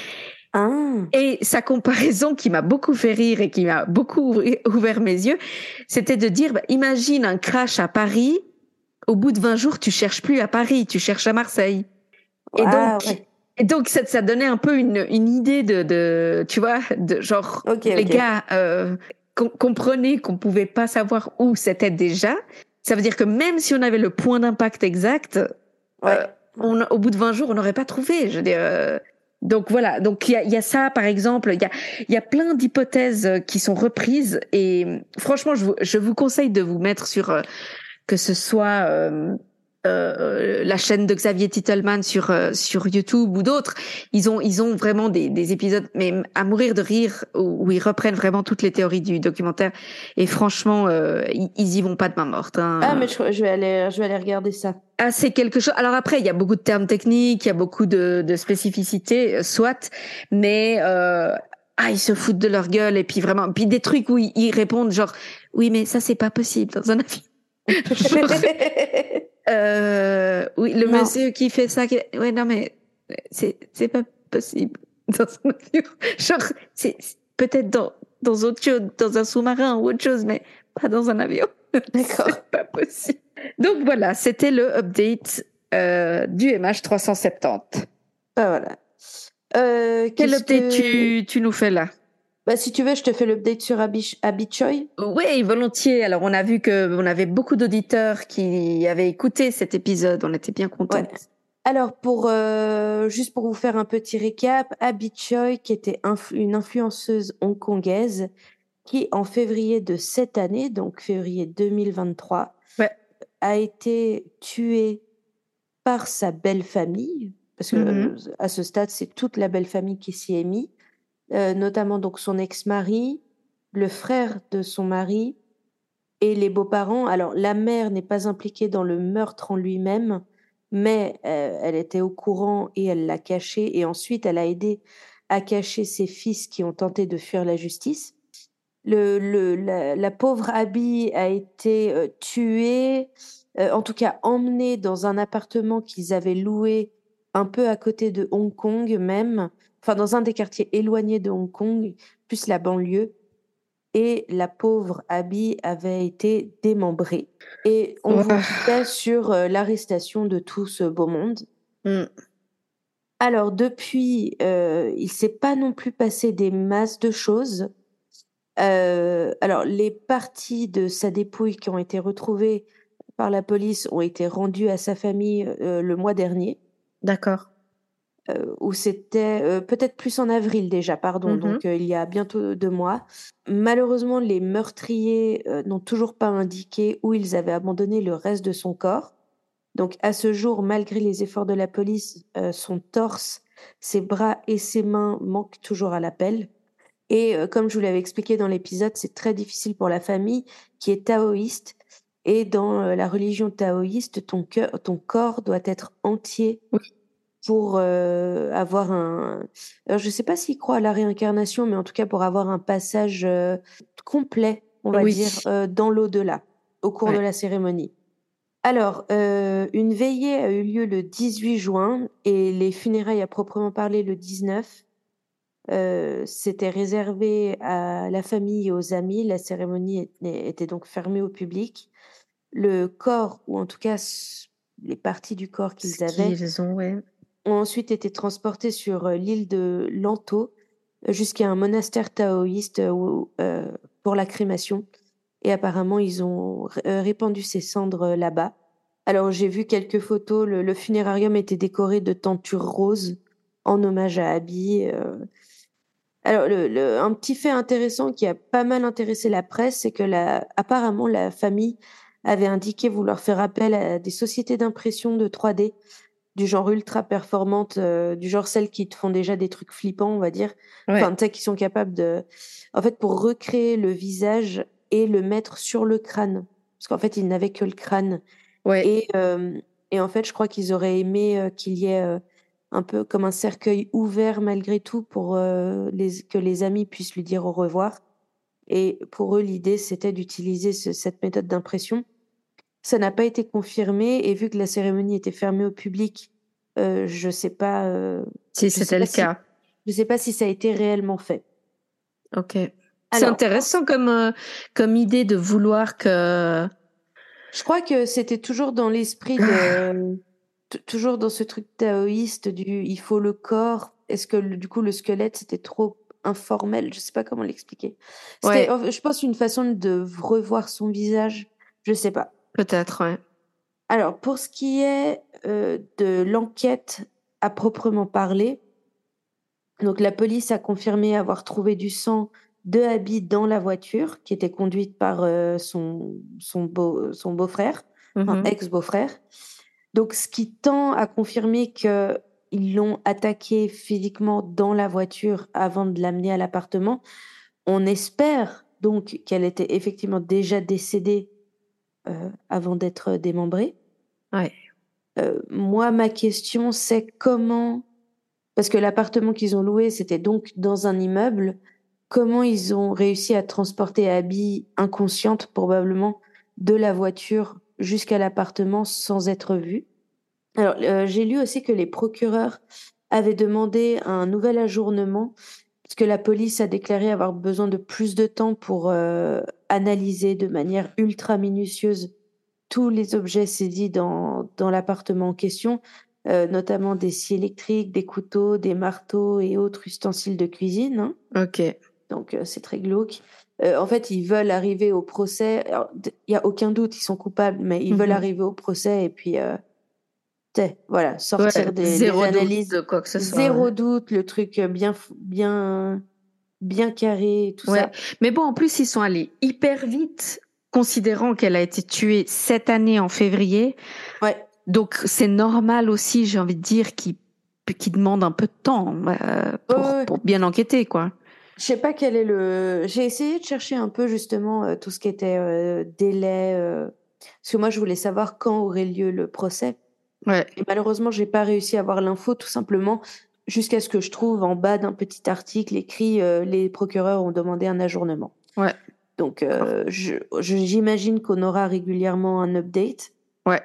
Ah. Et sa comparaison qui m'a beaucoup fait rire et qui m'a beaucoup ouvert mes yeux, c'était de dire, bah, imagine un crash à Paris, au bout de vingt jours, tu cherches plus à Paris, tu cherches à Marseille. Et Ah, donc, ouais. et donc ça, ça donnait un peu une, une idée de, de, tu vois, de genre, Ok, les ok. gars, euh, com- comprenaient qu'on pouvait pas savoir où c'était déjà. Ça veut dire que même si on avait le point d'impact exact, Ouais. euh, on, au bout de vingt jours, on n'aurait pas trouvé. Je veux dire, euh, donc voilà. Donc il y a, il y a ça, par exemple. Il y a, il y a plein d'hypothèses qui sont reprises. Et franchement, je vous, je vous conseille de vous mettre sur, euh, que ce soit euh, euh, la chaîne de Xavier Titelman sur euh, sur YouTube ou d'autres. Ils ont ils ont vraiment des, des épisodes mais à mourir de rire où, où ils reprennent vraiment toutes les théories du documentaire. Et franchement, euh, ils, ils y vont pas de main morte. Hein. Ah, mais je, je vais aller, je vais aller regarder ça. Ah, c'est quelque chose. Alors après, il y a beaucoup de termes techniques, il y a beaucoup de, de spécificités, euh, soit, mais euh, ah, ils se foutent de leur gueule et puis vraiment, puis des trucs où ils, ils répondent genre, oui, mais ça c'est pas possible dans un avion. Genre, euh, oui, le Non. monsieur qui fait ça, qui... ouais, non mais c'est c'est pas possible dans un avion. Genre, c'est c'est peut-être dans dans autre chose, dans un sous-marin ou autre chose, mais pas dans un avion. D'accord. C'est pas possible. Donc voilà, c'était le update euh, du M H trois cent soixante-dix. Ah, voilà. Euh, Quel qu'est-ce update que... tu, tu nous fais là? Bah, si tu veux, je te fais l'update sur Abi, Abi Choi. Oui, volontiers. Alors on a vu que on avait beaucoup d'auditeurs qui avaient écouté cet épisode. On était bien contents. Ouais. Alors, pour, euh, juste pour vous faire un petit récap, Abi Choi, qui était influ- une influenceuse hongkongaise, qui en février de cette année, donc février deux mille vingt-trois, Ouais. a été tuée par sa belle famille, parce que Mhm. euh, à ce stade, c'est toute la belle famille qui s'y est mise, euh, notamment donc son ex-mari, le frère de son mari et les beaux-parents. Alors, la mère n'est pas impliquée dans le meurtre en lui-même, mais euh, elle était au courant et elle l'a caché. Et ensuite, elle a aidé à cacher ses fils qui ont tenté de fuir la justice. Le, le, la, la pauvre Abby a été euh, tuée, euh, en tout cas emmenée dans un appartement qu'ils avaient loué un peu à côté de Hong Kong même, enfin dans un des quartiers éloignés de Hong Kong, plus la banlieue. Et la pauvre Abby avait été démembrée. Et on vous Ouais. quittait sur euh, l'arrestation de tout ce beau monde. Mm. Alors depuis, euh, il s'est pas non plus passé des masses de choses. Euh, alors, les parties de sa dépouille qui ont été retrouvées par la police ont été rendues à sa famille euh, le mois dernier, D'accord. euh, ou c'était euh, peut-être plus en avril déjà, pardon, Mhm. donc euh, il y a bientôt deux mois. Malheureusement, les meurtriers euh, n'ont toujours pas indiqué où ils avaient abandonné le reste de son corps. Donc, à ce jour, malgré les efforts de la police, euh, son torse, ses bras et ses mains manquent toujours à l'appel. Et euh, comme je vous l'avais expliqué dans l'épisode, c'est très difficile pour la famille qui est taoïste. Et dans euh, la religion taoïste, ton, cœur, ton corps doit être entier Oui. pour euh, avoir un... Alors, je sais pas s'il croit à la réincarnation, mais en tout cas pour avoir un passage euh, complet, on va Oui. dire, euh, dans l'au-delà, au cours de Ouais. la cérémonie. Alors, euh, une veillée a eu lieu le dix-huit juin et les funérailles à proprement parler le dix-neuf. Euh, c'était réservé à la famille et aux amis. La cérémonie était, était donc fermée au public. Le corps, ou en tout cas s- les parties du corps Ce qu'ils avaient, qu'ils ont, ouais. ont ensuite été transportés sur euh, l'île de Lanto euh, jusqu'à un monastère taoïste euh, où, euh, pour la crémation. Et apparemment, ils ont euh, répandu ces cendres euh, là-bas. Alors, j'ai vu quelques photos. Le, le funérarium était décoré de tentures roses en hommage à Abby. euh. Alors, le, le- un petit fait intéressant qui a pas mal intéressé la presse, c'est que la, apparemment, la famille avait indiqué vouloir faire appel à des sociétés d'impression de trois D du genre ultra performantes, euh, du genre celles qui te font déjà des trucs flippants, on va dire. Enfin, Ouais. tu sais, qui sont capables de... En fait, pour recréer le visage et le mettre sur le crâne. Parce qu'en fait, ils n'avaient que le crâne. Ouais. Et, euh, et en fait, je crois qu'ils auraient aimé euh, qu'il y ait euh, un peu comme un cercueil ouvert malgré tout pour euh, les, que les amis puissent lui dire au revoir. Et pour eux, l'idée, c'était d'utiliser ce- cette méthode d'impression. Ça n'a pas été confirmé et vu que la cérémonie était fermée au public, euh, je sais pas, euh, Si je sais c'était pas le si, cas. je sais pas si ça a été réellement fait. Ok. C'est Alors, pour ce- intéressant comme, euh, comme idée de vouloir que... je crois que c'était toujours dans l'esprit de, t- toujours dans ce truc taoïste du, il faut le corps. Est-ce que le- du coup le squelette c'était trop informel? Je sais pas comment l'expliquer. C'était, Ouais, euh, je pense, une façon de revoir son visage. Je sais pas. peut-être, ouais. Alors, pour ce qui est euh, de l'enquête à proprement parler, donc la police a confirmé avoir trouvé du sang de Abby dans la voiture qui était conduite par euh, son, son, beau, son beau-frère, enfin Mhm. ex-beau-frère. Donc, ce qui tend à confirmer que ils l'ont attaquée physiquement dans la voiture avant de l'amener à l'appartement. On espère donc qu'elle était effectivement déjà décédée euh, avant d'être démembrée. Ouais. Euh, moi, ma question, c'est comment, parce que l'appartement qu'ils ont loué, c'était donc dans un immeuble, comment ils ont réussi à transporter Abby inconsciente, probablement, de la voiture jusqu'à l'appartement sans être vue. Alors, euh, j'ai lu aussi que les procureurs avaient demandé un nouvel ajournement, parce que la police a déclaré avoir besoin de plus de temps pour euh, analyser de manière ultra minutieuse tous les objets saisis dans, dans l'appartement en question, euh, notamment des scies électriques, des couteaux, des marteaux et autres ustensiles de cuisine, hein. Ok. Donc, euh, c'est très glauque. Euh, en fait, ils veulent arriver au procès. Il n'y a aucun doute, ils sont coupables, mais ils veulent Mhm. arriver au procès et puis, euh, t'sais, voilà, sortir Ouais, des, des zéro doute analyses. de quoi que ce soit. Zéro doute, le truc bien, f- bien, bien carré, tout Ouais. ça. Mais bon, en plus, ils sont allés hyper vite, considérant qu'elle a été tuée cette année en février. Ouais. Donc, c'est normal aussi, j'ai envie de dire, qu'ils qu'ils demandent un peu de temps euh, Ouais, pour, ouais, ouais. pour bien enquêter, quoi. Je sais pas quel est le. J'ai essayé de chercher un peu justement euh, tout ce qui était euh, délai, euh, parce que moi je voulais savoir quand aurait lieu le procès. Ouais. Et malheureusement, j'ai pas réussi à avoir l'info tout simplement jusqu'à ce que je trouve en bas d'un petit article écrit euh, les procureurs ont demandé un ajournement. Ouais. Donc euh, je, je- j'imagine qu'on aura régulièrement un update. Ouais.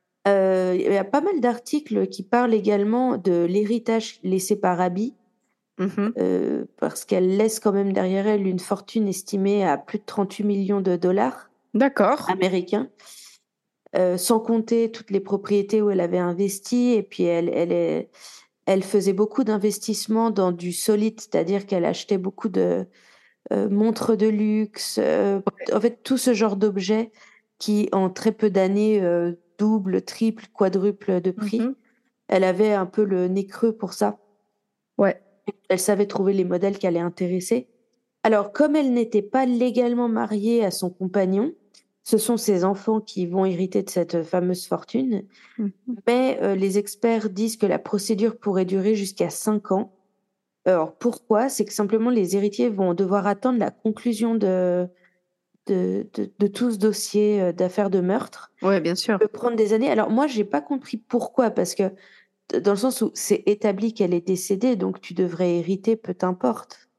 Euh, Il y a pas mal d'articles qui parlent également de l'héritage laissé par Abby. Mhm. Euh, parce qu'elle laisse quand même derrière elle une fortune estimée à plus de trente-huit millions de dollars D'accord. américains, euh, sans compter toutes les propriétés où elle avait investi. Et puis elle, elle, est, elle faisait beaucoup d'investissements dans du solide, c'est-à-dire qu'elle achetait beaucoup de euh, montres de luxe, euh, en fait tout ce genre d'objets qui en très peu d'années euh, double, triple, quadruple de prix. Mhm. Elle avait un peu le nez creux pour ça. Ouais. Elle savait trouver les modèles qui allaient intéresser. Alors, comme elle n'était pas légalement mariée à son compagnon, ce sont ses enfants qui vont hériter de cette fameuse fortune. Mhm. Mais euh, les experts disent que la procédure pourrait durer jusqu'à cinq ans. Alors, pourquoi? C'est que simplement les héritiers vont devoir attendre la conclusion de, de, de, de tout ce dossier euh, d'affaires de meurtre. Ouais, bien Ça sûr. peut prendre des années. Alors, moi, j'ai pas compris pourquoi, parce que dans le sens où c'est établi qu'elle est décédée, donc tu devrais hériter, peu t'importe.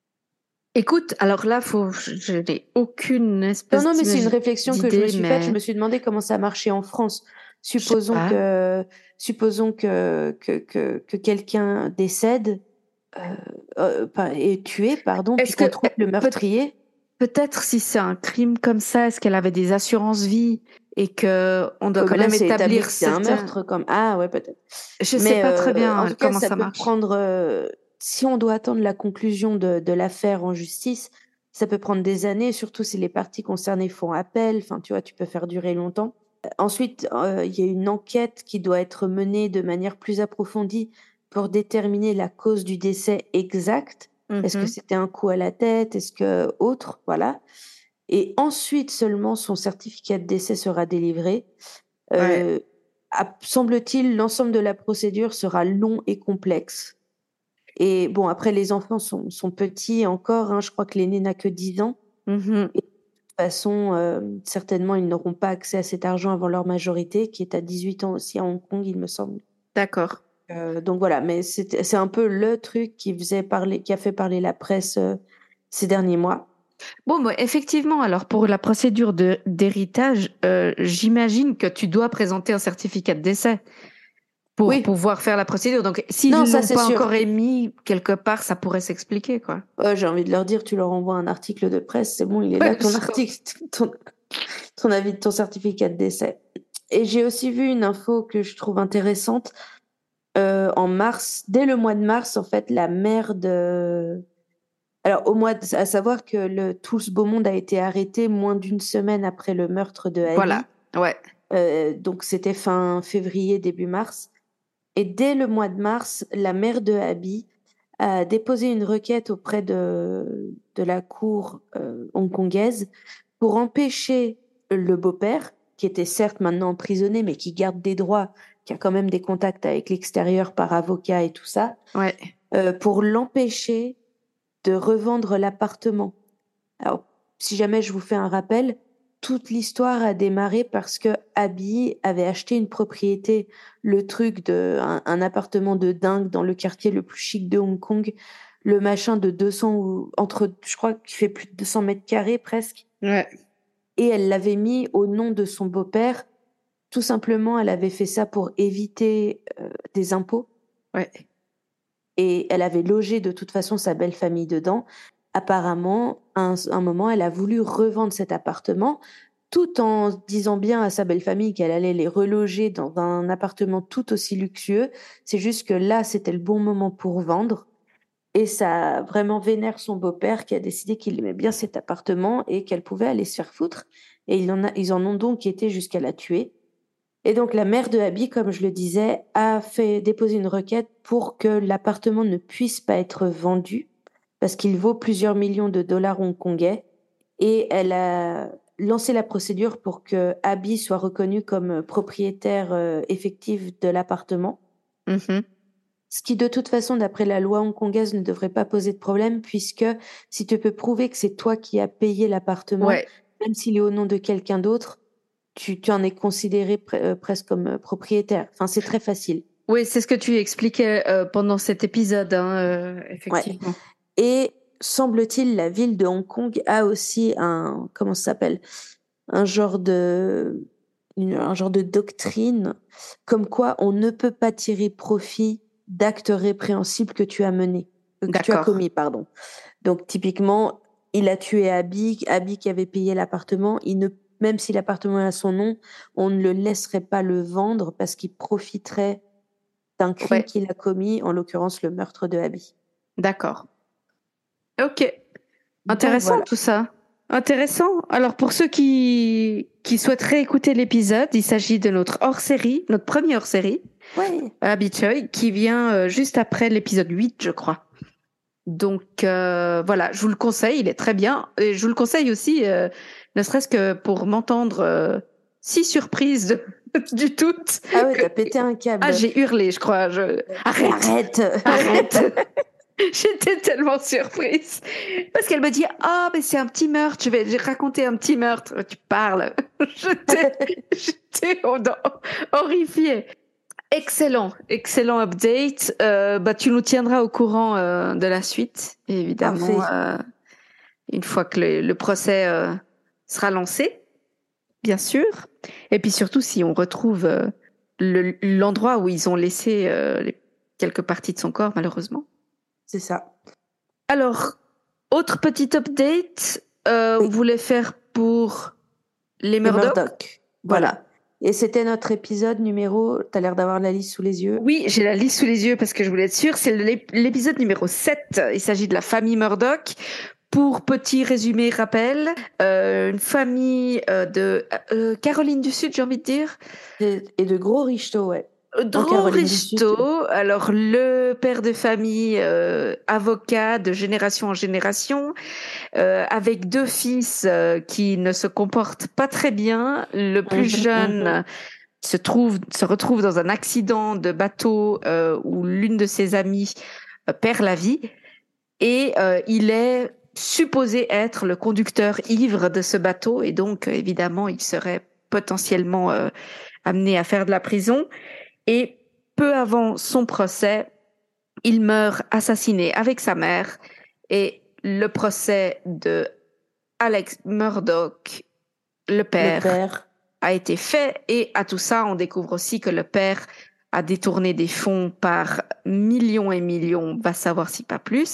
Écoute, alors là, faut, je n'ai aucune espèce Non, non, mais c'est une d'imagi- réflexion que je me d'idée, suis faite. Je mais me suis demandé comment ça marchait en France. je sais Supposons pas. que, supposons que, que, que, que quelqu'un décède, euh, euh, pas- est tué, pardon, puis Est-ce que qu'on trouve le peut- meurtrier. peut-être si c'est un crime comme ça, est-ce qu'elle avait des assurances vie et que on doit Ouais, quand mais là, même c'est établi établir que c'est un certains. meurtre, comme. Ah, ouais, peut-être. Je sais Mais pas très euh, en bien tout cas, comment ça ça peut marche. prendre. euh, si on doit attendre la conclusion de, de l'affaire en justice, ça peut prendre des années, surtout si les parties concernées font appel. Enfin, tu vois, tu peux faire durer longtemps. Euh, Ensuite, euh, il y a une enquête qui doit être menée de manière plus approfondie pour déterminer la cause du décès exact. Est-ce que Mhm. c'était un coup à la tête? Est-ce que autre? Voilà. Et ensuite seulement son certificat de décès sera délivré. Ouais. Euh, à- semble-t-il, l'ensemble de la procédure sera long et complexe. Et bon, après, les enfants sont, sont petits encore, hein, je crois que l'aîné n'a que dix ans. Mhm. Et de toute façon, euh, certainement, ils n'auront pas accès à cet argent avant leur majorité, qui est à dix-huit ans aussi à Hong Kong, il me semble. D'accord. Euh, donc voilà, mais c'est c'est un peu le truc qui faisait parler, qui a fait parler la presse euh, ces derniers mois. Bon, bah, effectivement, alors pour la procédure de d'héritage, euh, j'imagine que tu dois présenter un certificat de décès pour Oui, pouvoir faire la procédure. Donc, non, s'ils ça l'ont c'est pas encore sûr. émis quelque part, ça pourrait s'expliquer, quoi. Ouais, j'ai envie de leur dire, tu leur envoies un article de presse, c'est bon, il est là, Ouais, ton je- article, ton, ton avis, ton certificat de décès. Et j'ai aussi vu une info que je trouve intéressante. Euh, en mars, dès le mois de mars, en fait, la mère de... Alors, au mois de- à savoir que le, tout ce beau monde a été arrêté moins d'une semaine après le meurtre de Voilà. Abby. Ouais. Euh, donc, c'était fin février, début mars. Et dès le mois de mars, la mère de Abby a déposé une requête auprès de, de la cour euh, hongkongaise pour empêcher le beau-père, qui était certes maintenant emprisonné, mais qui garde des droits, qui a quand même des contacts avec l'extérieur par avocat et tout ça, Ouais. euh, pour l'empêcher de revendre l'appartement. Alors, si jamais je vous fais un rappel, toute l'histoire a démarré parce que Abby avait acheté une propriété, le truc de un, un appartement de dingue dans le quartier le plus chic de Hong Kong, le machin de deux cents ou entre, je crois qu'il fait plus de deux cents mètres carrés presque, Ouais. et elle l'avait mis au nom de son beau-père. Tout simplement, elle avait fait ça pour éviter euh, des impôts. Ouais. Et elle avait logé de toute façon sa belle famille dedans. Apparemment, à un, un moment, elle a voulu revendre cet appartement tout en disant bien à sa belle famille qu'elle allait les reloger dans un appartement tout aussi luxueux. C'est juste que là, c'était le bon moment pour vendre. Et ça vraiment vénère son beau-père qui a décidé qu'il aimait bien cet appartement et qu'elle pouvait aller se faire foutre. Et ils en, a, ils en ont donc été jusqu'à la tuer. Et donc la mère de Abby, comme je le disais, a fait déposer une requête pour que l'appartement ne puisse pas être vendu parce qu'il vaut plusieurs millions de dollars hongkongais. Et elle a lancé la procédure pour que Abby soit reconnue comme propriétaire euh, effective de l'appartement. Mhm. Ce qui, de toute façon, d'après la loi hongkongaise, ne devrait pas poser de problème, puisque si tu peux prouver que c'est toi qui as payé l'appartement, Ouais. même s'il est au nom de quelqu'un d'autre, tu, tu en es considéré pre- euh, presque comme euh, propriétaire. Enfin, c'est très facile. Oui, c'est ce que tu expliquais euh, pendant cet épisode, hein, euh, Ouais. effectivement. Et semble-t-il, la ville de Hong Kong a aussi un, comment ça s'appelle, un genre de, une- un genre de doctrine, comme quoi on ne peut pas tirer profit d'actes répréhensibles que tu as menés, euh, que tu as D'accord. commis, pardon. Donc, typiquement, il a tué Abby, Abby qui avait payé l'appartement. Il ne, même si l'appartement est à son nom, on ne le laisserait pas le vendre parce qu'il profiterait d'un crime Ouais. qu'il a commis, en l'occurrence le meurtre de Abby. D'accord. Ok. Donc Intéressant voilà. tout ça. Intéressant. Alors pour ceux qui qui souhaiteraient écouter l'épisode, il s'agit de notre hors-série, notre premier hors-série, Ouais. Abby Choi, qui vient euh, juste après l'épisode huit, je crois. Donc euh, voilà, je vous le conseille, il est très bien. Et je vous le conseille aussi, euh, ne serait-ce que pour m'entendre euh, si surprise de- du tout. Ah ouais, que- t'as pété un Ah, câble. j'ai hurlé, je crois. Je... Mais Arrête, arrête. arrête. J'étais tellement surprise. Parce qu'elle me dit, ah, mais c'est un petit meurtre, je vais j'ai raconté un petit meurtre. Tu parles. J'étais, j'étais horrifiée. Excellent, excellent update. Euh, bah, tu nous tiendras au courant euh, de la suite, évidemment, euh, une fois que le, le procès euh, sera lancé, bien sûr. Et puis surtout, si on retrouve euh, le, l'endroit où ils ont laissé euh, les, quelques parties de son corps, malheureusement. C'est ça. Alors, autre petit update, euh, Oui. on voulait faire pour les Les Murdoch. Murdoch. Voilà. Et c'était notre épisode numéro. T'as l'air d'avoir la liste sous les yeux. Oui, j'ai la liste sous les yeux parce que je voulais être sûre. C'est l'ép- l'épisode numéro sept. Il s'agit de la famille Murdoch. Pour petit résumé, rappel, euh, une famille euh, de euh, Caroline du Sud, j'ai envie de dire. Et, et de gros richetos, ouais. Gros richetos. Alors, le père de famille, euh, avocat de génération en génération, euh, avec deux fils euh, qui ne se comportent pas très bien. Le plus Mhm, jeune mhm. se trouve, se retrouve dans un accident de bateau euh, où l'une de ses amies euh, perd la vie et euh, il est supposé être le conducteur ivre de ce bateau et donc euh, évidemment il serait potentiellement euh, amené à faire de la prison et peu avant son procès, il meurt assassiné avec sa mère et le procès de Alex Murdoch, le père, Le père. a été fait et à tout ça, on découvre aussi que le père a détourné des fonds par millions et millions, va savoir si pas plus.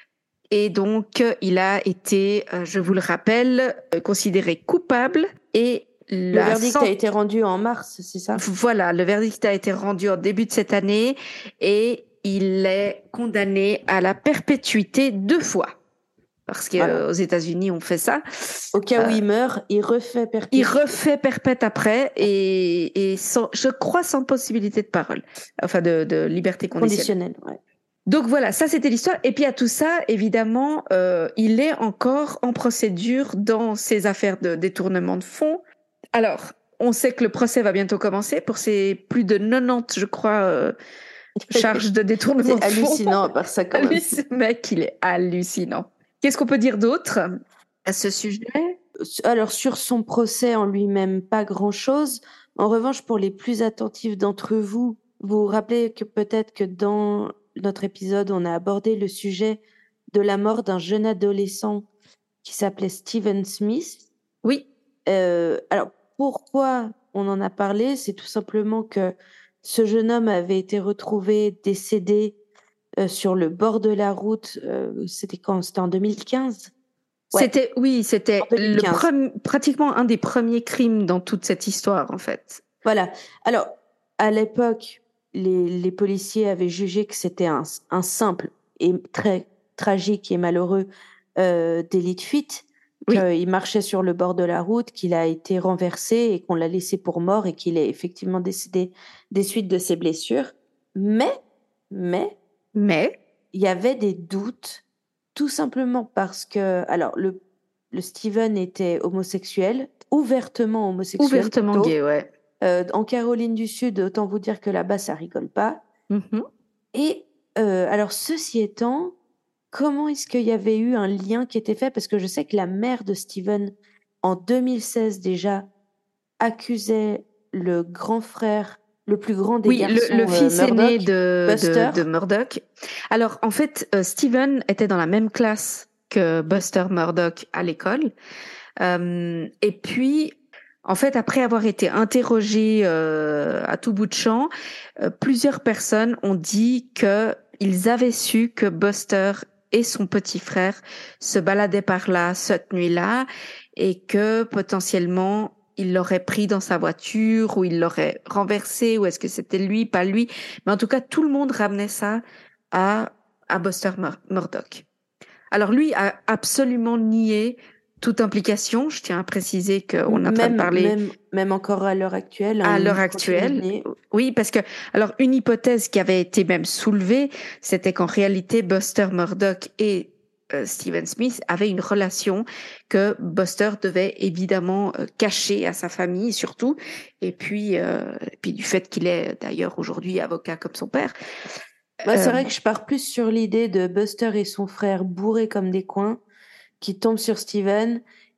Et donc, il a été, euh, je vous le rappelle, euh, considéré coupable et Le la verdict sen- a été rendu en mars, c'est ça? Voilà, le verdict a été rendu en début de cette année et il est condamné à la perpétuité deux fois. Parce qu'aux Voilà. États-Unis, on fait ça. Au cas où Euh, il meurt, il refait perpétuité. Il refait perpète après et, et sans, je crois sans possibilité de parole, enfin de, de liberté conditionnelle. Conditionnel, ouais. Donc voilà, ça c'était l'histoire. Et puis à tout ça, évidemment, euh, il est encore en procédure dans ces affaires de détournement de fonds. Alors, on sait que le procès va bientôt commencer pour ces plus de quatre-vingt-dix, je crois, euh, charges de détournement de C'est fonds. hallucinant à part ça quand même. Ce mec, il est hallucinant. Qu'est-ce qu'on peut dire d'autre à ce sujet? Alors, sur son procès en lui-même, pas grand-chose. En revanche, pour les plus attentifs d'entre vous, vous vous rappelez que peut-être que dans notre épisode, on a abordé le sujet de la mort d'un jeune adolescent qui s'appelait Steven Smith. Oui. Euh, alors, pourquoi on en a parlé? C'est tout simplement que ce jeune homme avait été retrouvé décédé euh, sur le bord de la route. Euh, c'était quand? C'était en deux mille quinze? Ouais. C'était, oui, c'était En deux mille le quinze. pre- pratiquement un des premiers crimes dans toute cette histoire, en fait. Voilà. Alors, à l'époque, les, les policiers avaient jugé que c'était un, un simple et très tragique et malheureux euh, délit de fuite, Oui. qu'il marchait sur le bord de la route, qu'il a été renversé et qu'on l'a laissé pour mort et qu'il est effectivement décédé des suites de ses blessures. Mais, mais, Mais, il y avait des doutes, tout simplement parce que, alors, le, le Steven était homosexuel, ouvertement homosexuel. ouvertement plutôt. gay, ouais. Euh, en Caroline du Sud, autant vous dire que là-bas, ça rigole pas. Mhm. Et euh, alors, ceci étant, comment est-ce qu'il y avait eu un lien qui était fait? Parce que je sais que la mère de Steven, en deux mille seize déjà, accusait le grand frère, le plus grand des Oui, garçons, le, le fils euh, aîné Murdoch, de, Buster. de, de Murdoch. Alors, en fait, euh, Steven était dans la même classe que Buster Murdoch à l'école. Euh, et puis, en fait, après avoir été interrogé euh, à tout bout de champ, euh, plusieurs personnes ont dit que ils avaient su que Buster et son petit frère se baladaient par là cette nuit-là et que potentiellement il l'aurait pris dans sa voiture ou il l'aurait renversé ou est-ce que c'était lui, pas lui. Mais en tout cas, tout le monde ramenait ça à, à Buster Mur- Murdoch. Alors lui a absolument nié toute implication. Je tiens à préciser qu'on est en train Même, de parler même, même encore à l'heure actuelle. à hein, il l'heure continue de actuelle. nier. Oui, parce que alors une hypothèse qui avait été même soulevée, c'était qu'en réalité Buster Murdoch et euh, Steven Smith avaient une relation que Buster devait évidemment euh, cacher à sa famille surtout, et puis euh, et puis du fait qu'il est d'ailleurs aujourd'hui avocat comme son père. Moi, c'est Euh, vrai que je pars plus sur l'idée de Buster et son frère bourrés comme des coins, qui tombent sur Steven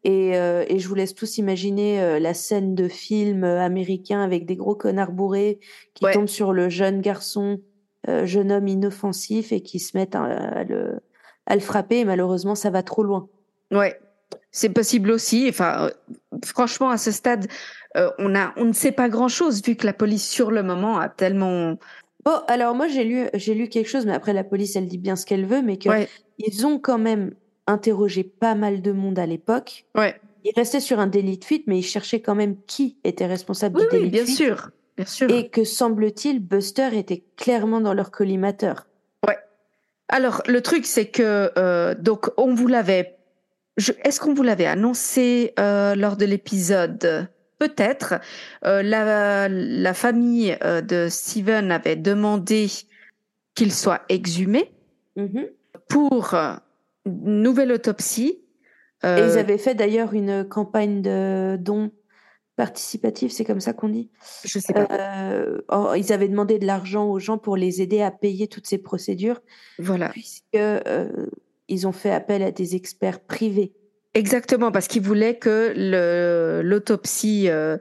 Et, euh, et je vous laisse tous imaginer euh, la scène de film euh, américain avec des gros connards bourrés qui Ouais, tombent sur le jeune garçon, euh, jeune homme inoffensif et qui se mettent à, à le, à le frapper. Et malheureusement, ça va trop loin. ouais. C'est possible aussi. Enfin, euh, franchement, à ce stade, euh, on a, on ne sait pas grand-chose vu que la police sur le moment a tellement. Bon, alors moi j'ai lu, j'ai lu quelque chose, mais après la police elle dit bien ce qu'elle veut, mais que Ouais, ils ont quand même interrogé pas mal de monde à l'époque. ouais. Ils restaient sur un délit de fuite, mais ils cherchaient quand même qui était responsable Oui, du oui, délit de bien fuite. sûr, bien sûr. Et que semble-t-il, Buster était clairement dans leur collimateur. Ouais. Alors, le truc, c'est que euh, donc on vous l'avait. je- Est-ce qu'on vous l'avait annoncé euh, lors de l'épisode? Peut-être. Euh, la, la famille euh, de Steven avait demandé qu'il soit exhumé Mhm. pour euh, une nouvelle autopsie. Et ils Euh, avaient fait d'ailleurs une campagne de dons participatifs, c'est comme ça qu'on dit. je sais pas. Euh, or, ils avaient demandé de l'argent aux gens pour les aider à payer toutes ces procédures, Voilà. puisque euh, ils ont fait appel à des experts privés. Exactement, parce qu'il voulait que le, l'autopsie euh,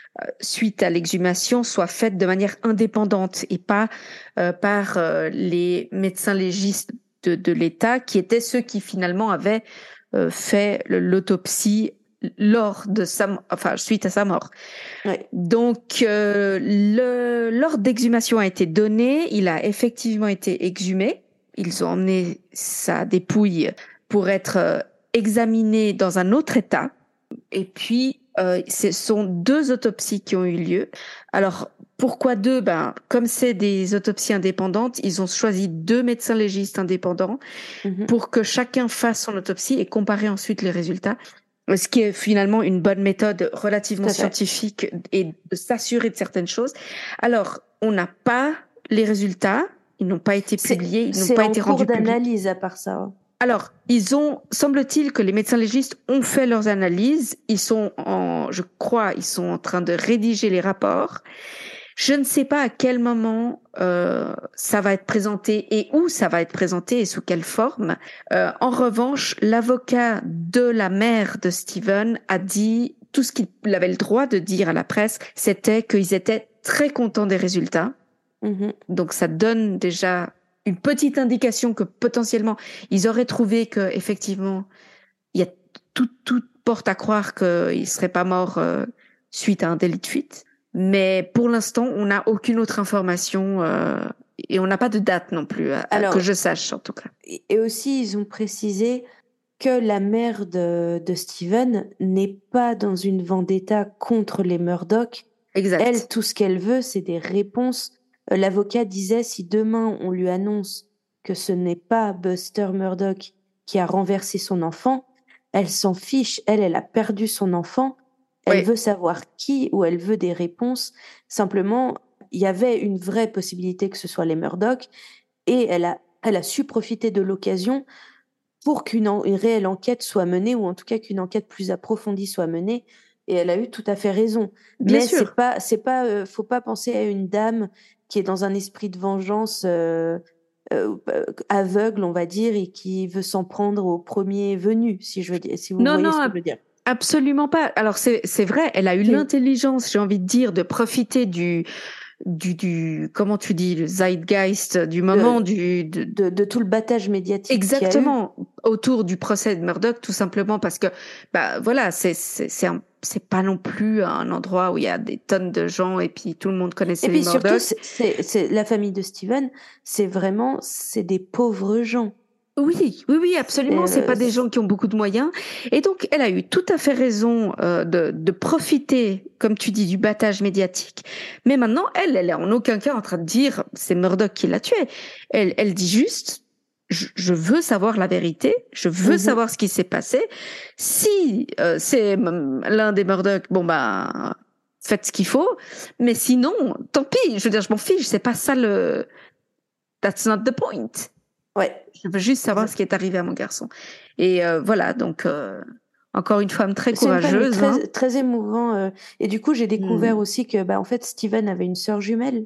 suite à l'exhumation soit faite de manière indépendante et pas euh, par euh, les médecins légistes de, de l'État, qui étaient ceux qui finalement avaient euh, fait le- l'autopsie lors de sa, enfin suite à sa mort. Ouais. Donc euh, le l'ordre d'exhumation a été donné, il a effectivement été exhumé. Ils ont emmené sa dépouille pour être euh, examiné dans un autre état. Et puis, euh, ce sont deux autopsies qui ont eu lieu. Alors, pourquoi deux? Ben, comme c'est des autopsies indépendantes, ils ont choisi deux médecins légistes indépendants Mhm. pour que chacun fasse son autopsie et comparer ensuite les résultats. Ce qui est finalement une bonne méthode relativement Tout à fait. scientifique et de s'assurer de certaines choses. Alors, on n'a pas les résultats, ils n'ont pas été C'est, publiés, ils n'ont c'est pas en été cours rendus publics. d'analyse à part ça. hein. Alors, ils ont, semble-t-il que les médecins légistes ont fait leurs analyses. Ils sont en, je crois, ils sont en train de rédiger les rapports. Je ne sais pas à quel moment euh, ça va être présenté et où ça va être présenté et sous quelle forme. Euh, en revanche, l'avocat de la mère de Steven a dit tout ce qu'il avait le droit de dire à la presse, c'était qu'ils étaient très contents des résultats. Mhm. Donc ça donne déjà une petite indication que potentiellement ils auraient trouvé que effectivement il y a toute toute porte à croire qu'il serait pas mort euh, suite à un délit de fuite. Mais pour l'instant, on n'a aucune autre information euh, et on n'a pas de date non plus, à- à- que Alors, je sache en tout cas. et et aussi, ils ont précisé que la mère de, de Steven n'est pas dans une vendetta contre les Murdoch. Elle, Exact. tout ce qu'elle veut, c'est des réponses. Euh, L'avocat disait, si demain on lui annonce que ce n'est pas Buster Murdoch qui a renversé son enfant, elle s'en fiche. Elle, elle a perdu son enfant. Elle Oui, veut savoir qui ou elle veut des réponses. Simplement, il y avait une vraie possibilité que ce soit les Murdoch et elle a, elle a su profiter de l'occasion pour qu'une en- une réelle enquête soit menée, ou en tout cas qu'une enquête plus approfondie soit menée. Et elle a eu tout à fait raison. bien Mais c'est sûr. pas, c'est pas, euh, faut pas penser à une dame qui est dans un esprit de vengeance euh, euh, aveugle, on va dire, et qui veut s'en prendre au premier venu, si je veux dire, si vous Non, voyez non, ce que je ab- veux dire. absolument pas. Alors c'est c'est vrai, elle a eu C'est- l'intelligence, j'ai envie de dire, de profiter du du du comment tu dis, le zeitgeist du moment, De, du de, de, de tout le battage médiatique qu'il y a eu. exactement autour du procès de Murdoch, tout simplement parce que bah voilà, c'est c'est c'est un- c'est pas non plus un endroit où il y a des tonnes de gens et puis tout le monde Et connaissait les puis surtout, Murdoch. c'est, c'est, c'est- la famille de Steven, c'est vraiment, c'est des pauvres gens. Oui, oui, oui, Et, absolument. C'est euh, pas des gens qui ont beaucoup de moyens. Et donc, elle a eu tout à fait raison euh, de, de profiter, comme tu dis, du battage médiatique. Mais maintenant, elle, elle est en aucun cas en train de dire c'est Murdoch qui l'a tué. Elle, elle dit juste je, je veux savoir la vérité, je veux mhm. savoir ce qui s'est passé. Si euh, c'est mm, l'un des Murdoch, bon bah faites ce qu'il faut. Mais sinon, tant pis. Je veux dire, je m'en fiche. C'est pas ça le. That's not the point. Ouais. Je veux juste savoir ce qui est arrivé à mon garçon. Et euh, voilà, donc euh, encore une femme très C'est une famille courageuse. Hein. très, très émouvant. euh, Et du coup, j'ai découvert Hmm. aussi que, bah, en fait, Steven avait une sœur jumelle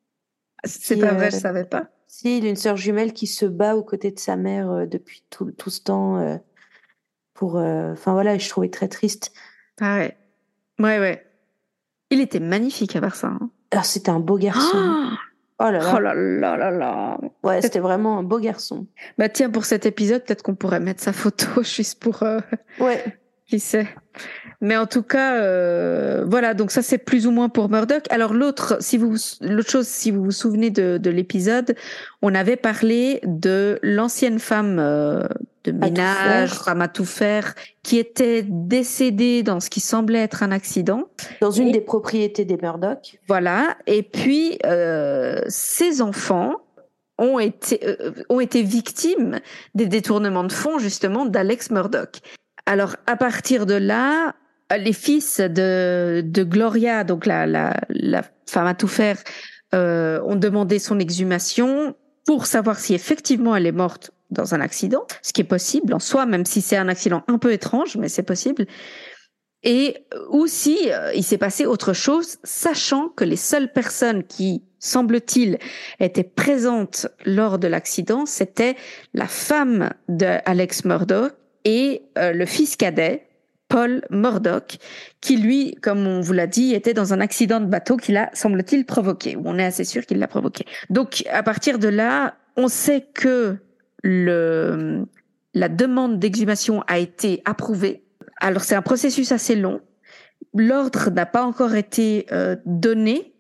C'est qui, pas euh, vrai, je savais pas. si, il a une sœur jumelle qui se bat aux côtés de sa mère euh, depuis tout, tout ce temps. euh. pour. Enfin euh, voilà, je trouvais très triste. Ah ouais, ouais, ouais. Il était magnifique à part ça. Hein. Alors, c'était un beau garçon. Oh, oh là là. Oh là là là là. Ouais, c'était vraiment un beau garçon. Bah tiens, pour cet épisode, peut-être qu'on pourrait mettre sa photo juste pour. Euh... Ouais. Qui sait. Mais en tout cas, euh, voilà. Donc ça, c'est plus ou moins pour Murdoch. Alors l'autre, si vous, l'autre chose, si vous vous souvenez de, de l'épisode, on avait parlé de l'ancienne femme euh, de ménage, femme à tout faire, qui était décédée dans ce qui semblait être un accident. Dans une et, des propriétés des Murdoch. Voilà. Et puis euh, ses enfants ont été euh, ont été victimes des détournements de fonds justement d'Alex Murdoch. Alors, à partir de là, les fils de, de Gloria, donc la, la, la femme à tout faire, euh, ont demandé son exhumation pour savoir si effectivement elle est morte dans un accident, ce qui est possible en soi, même si c'est un accident un peu étrange, mais c'est possible. Et ou si euh, il s'est passé autre chose, sachant que les seules personnes qui, semble-t-il, étaient présentes lors de l'accident, c'était la femme d'Alex Murdoch et euh, le fils cadet, Paul Murdoch, qui lui, comme on vous l'a dit, était dans un accident de bateau qu'il a, semble-t-il, provoqué. On est assez sûr qu'il l'a provoqué. Donc, à partir de là, on sait que le, la demande d'exhumation a été approuvée. Alors, c'est un processus assez long. L'ordre n'a pas encore été euh, donné.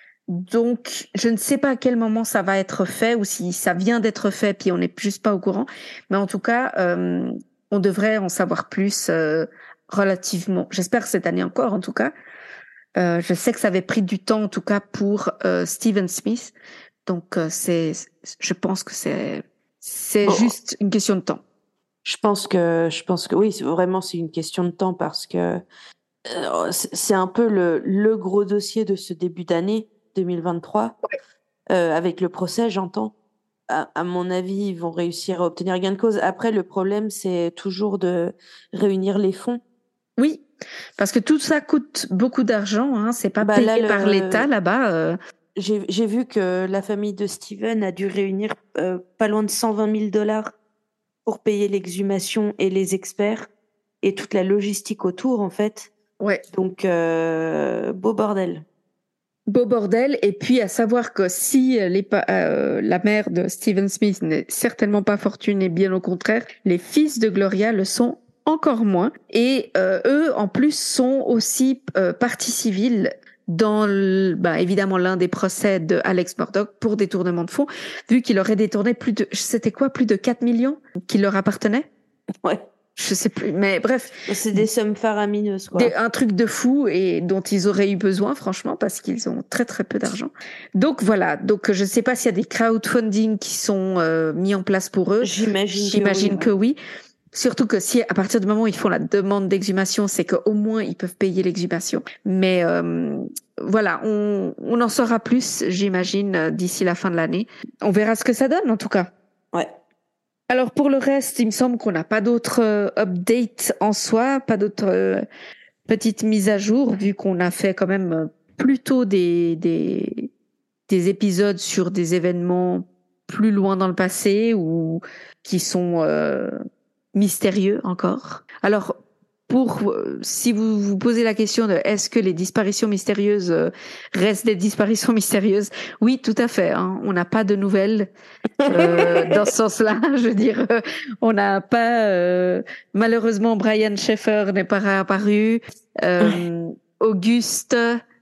Donc, je ne sais pas à quel moment ça va être fait ou si ça vient d'être fait puis on n'est juste pas au courant. Mais en tout cas, euh, on devrait en savoir plus euh, relativement. J'espère cette année encore, en tout cas. Euh, je sais que ça avait pris du temps, en tout cas, pour euh, Stephen Smith. Donc, euh, c'est, je pense que c'est, c'est bon. Juste une question de temps. Je pense que, je pense que oui, c'est vraiment c'est une question de temps parce que euh, c'est un peu le, le gros dossier de ce début d'année deux mille vingt-trois. Ouais. Euh, avec le procès, j'entends. À, à mon avis, ils vont réussir à obtenir gain de cause. Après, le problème, c'est toujours de réunir les fonds. Oui, parce que tout ça coûte beaucoup d'argent. Hein. C'est pas bah, payé là, le... par l'État là-bas. Euh... J'ai, j'ai vu que la famille de Steven a dû réunir euh, pas loin de cent vingt mille dollars pour payer l'exhumation et les experts et toute la logistique autour, en fait. Ouais. Donc, euh, beau bordel. Beau bordel, et puis à savoir que si les, euh, la mère de Stephen Smith n'est certainement pas fortunée, bien au contraire, les fils de Gloria le sont encore moins, et euh, eux en plus sont aussi euh, partie civile dans le, bah, évidemment l'un des procès de Alex Murdoch pour détournement de fonds, vu qu'il aurait détourné plus de, c'était quoi, plus de quatre millions qui leur appartenaient. Ouais. Je sais plus, mais bref. C'est des sommes faramineuses, quoi. Des, un truc de fou et dont ils auraient eu besoin, franchement, parce qu'ils ont très très peu d'argent. Donc voilà. Donc je sais pas s'il y a des crowdfunding qui sont euh, mis en place pour eux. J'imagine. J'imagine que oui. Que oui. Surtout que si à partir du moment où ils font la demande d'exhumation, c'est qu'au moins ils peuvent payer l'exhumation. Mais euh, voilà, on, on en saura plus, j'imagine, d'ici la fin de l'année. On verra ce que ça donne, en tout cas. Ouais. Alors pour le reste, il me semble qu'on n'a pas d'autres euh, updates en soi, pas d'autres euh, petites mises à jour, vu qu'on a fait quand même plutôt des, des, des épisodes sur des événements plus loin dans le passé ou qui sont euh, mystérieux encore. Alors pour si vous vous posez la question de est-ce que les disparitions mystérieuses euh, restent des disparitions mystérieuses, oui, tout à fait. Hein, on n'a pas de nouvelles euh, dans ce sens-là. Je veux dire, euh, on n'a pas euh, malheureusement Brian Schaeffer n'est pas réapparu. Euh, Auguste,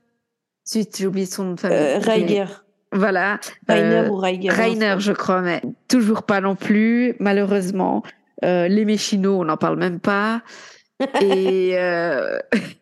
zut, j'ai oublié son nom de famille. Euh, Reiger. Voilà. Rainer euh, ou Reiger. Rainer, je crois, mais toujours pas non plus, malheureusement. Euh, les Méchinots, on n'en parle même pas. Et euh...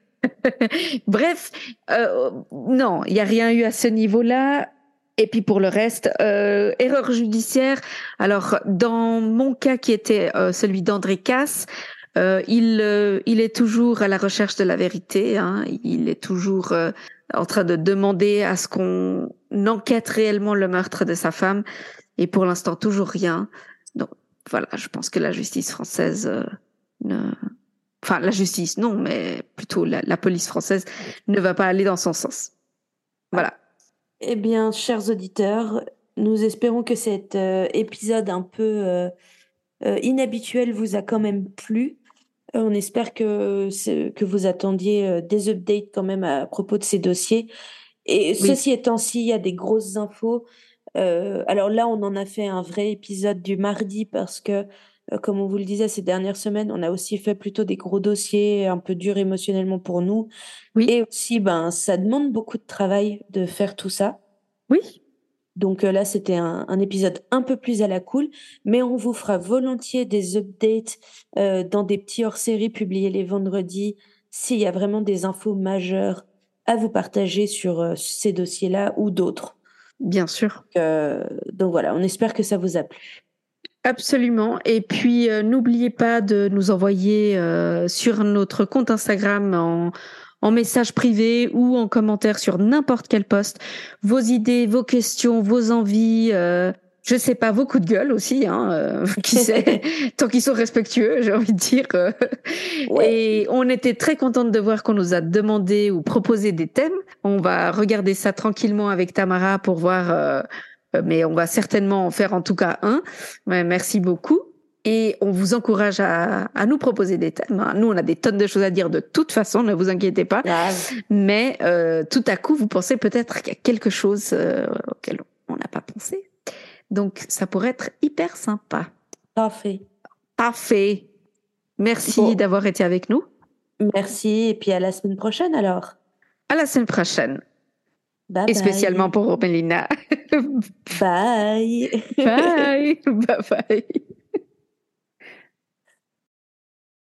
bref, euh, non, il n'y a rien eu à ce niveau-là. Et puis pour le reste, euh, erreur judiciaire. Alors dans mon cas qui était euh, celui d'André Casse, euh, il euh, il est toujours à la recherche de la vérité. Hein. Il est toujours euh, en train de demander à ce qu'on enquête réellement le meurtre de sa femme. Et pour l'instant toujours rien. Donc voilà, je pense que la justice française euh, ne Enfin, la justice, non, mais plutôt la, la police française ne va pas aller dans son sens. Voilà. Eh bien, chers auditeurs, nous espérons que cet euh, épisode un peu euh, euh, inhabituel vous a quand même plu. Euh, on espère que, c'est- que vous attendiez euh, des updates quand même à propos de ces dossiers. Et Oui, ceci étant, s'il y a des grosses infos, euh, alors là, on en a fait un vrai épisode du mardi parce que, euh, comme on vous le disait ces dernières semaines, on a aussi fait plutôt des gros dossiers un peu durs émotionnellement pour nous. oui, Et aussi, ben, ça demande beaucoup de travail de faire tout ça. oui. Donc euh, là, c'était un, un épisode un peu plus à la cool, mais on vous fera volontiers des updates euh, dans des petits hors-séries publiés les vendredis s'il y a vraiment des infos majeures à vous partager sur euh, ces dossiers-là ou d'autres. Bien sûr. Euh, donc voilà, on espère que ça vous a plu. Absolument. Et puis, euh, n'oubliez pas de nous envoyer euh, sur notre compte Instagram en, en message privé ou en commentaire sur n'importe quel post vos idées, vos questions, vos envies, euh, je sais pas, vos coups de gueule aussi, hein, euh, qui sait, tant qu'ils sont respectueux, j'ai envie de dire. euh. Ouais, Et on était très contente de voir qu'on nous a demandé ou proposé des thèmes. On va regarder ça tranquillement avec Tamara pour voir, euh, mais on va certainement en faire en tout cas un. Ouais, merci beaucoup. Et on vous encourage à, à nous proposer des thèmes. Nous, on a des tonnes de choses à dire de toute façon, ne vous inquiétez pas. grave. Mais euh, tout à coup, vous pensez peut-être qu'il y a quelque chose euh, auquel on n'a pas pensé. Donc, ça pourrait être hyper sympa. Parfait. Parfait. Merci Bon, d'avoir été avec nous. merci et puis à la semaine prochaine alors. À la semaine prochaine. Bye Et spécialement bye. pour Mélina. Bye. Bye. Bye bye.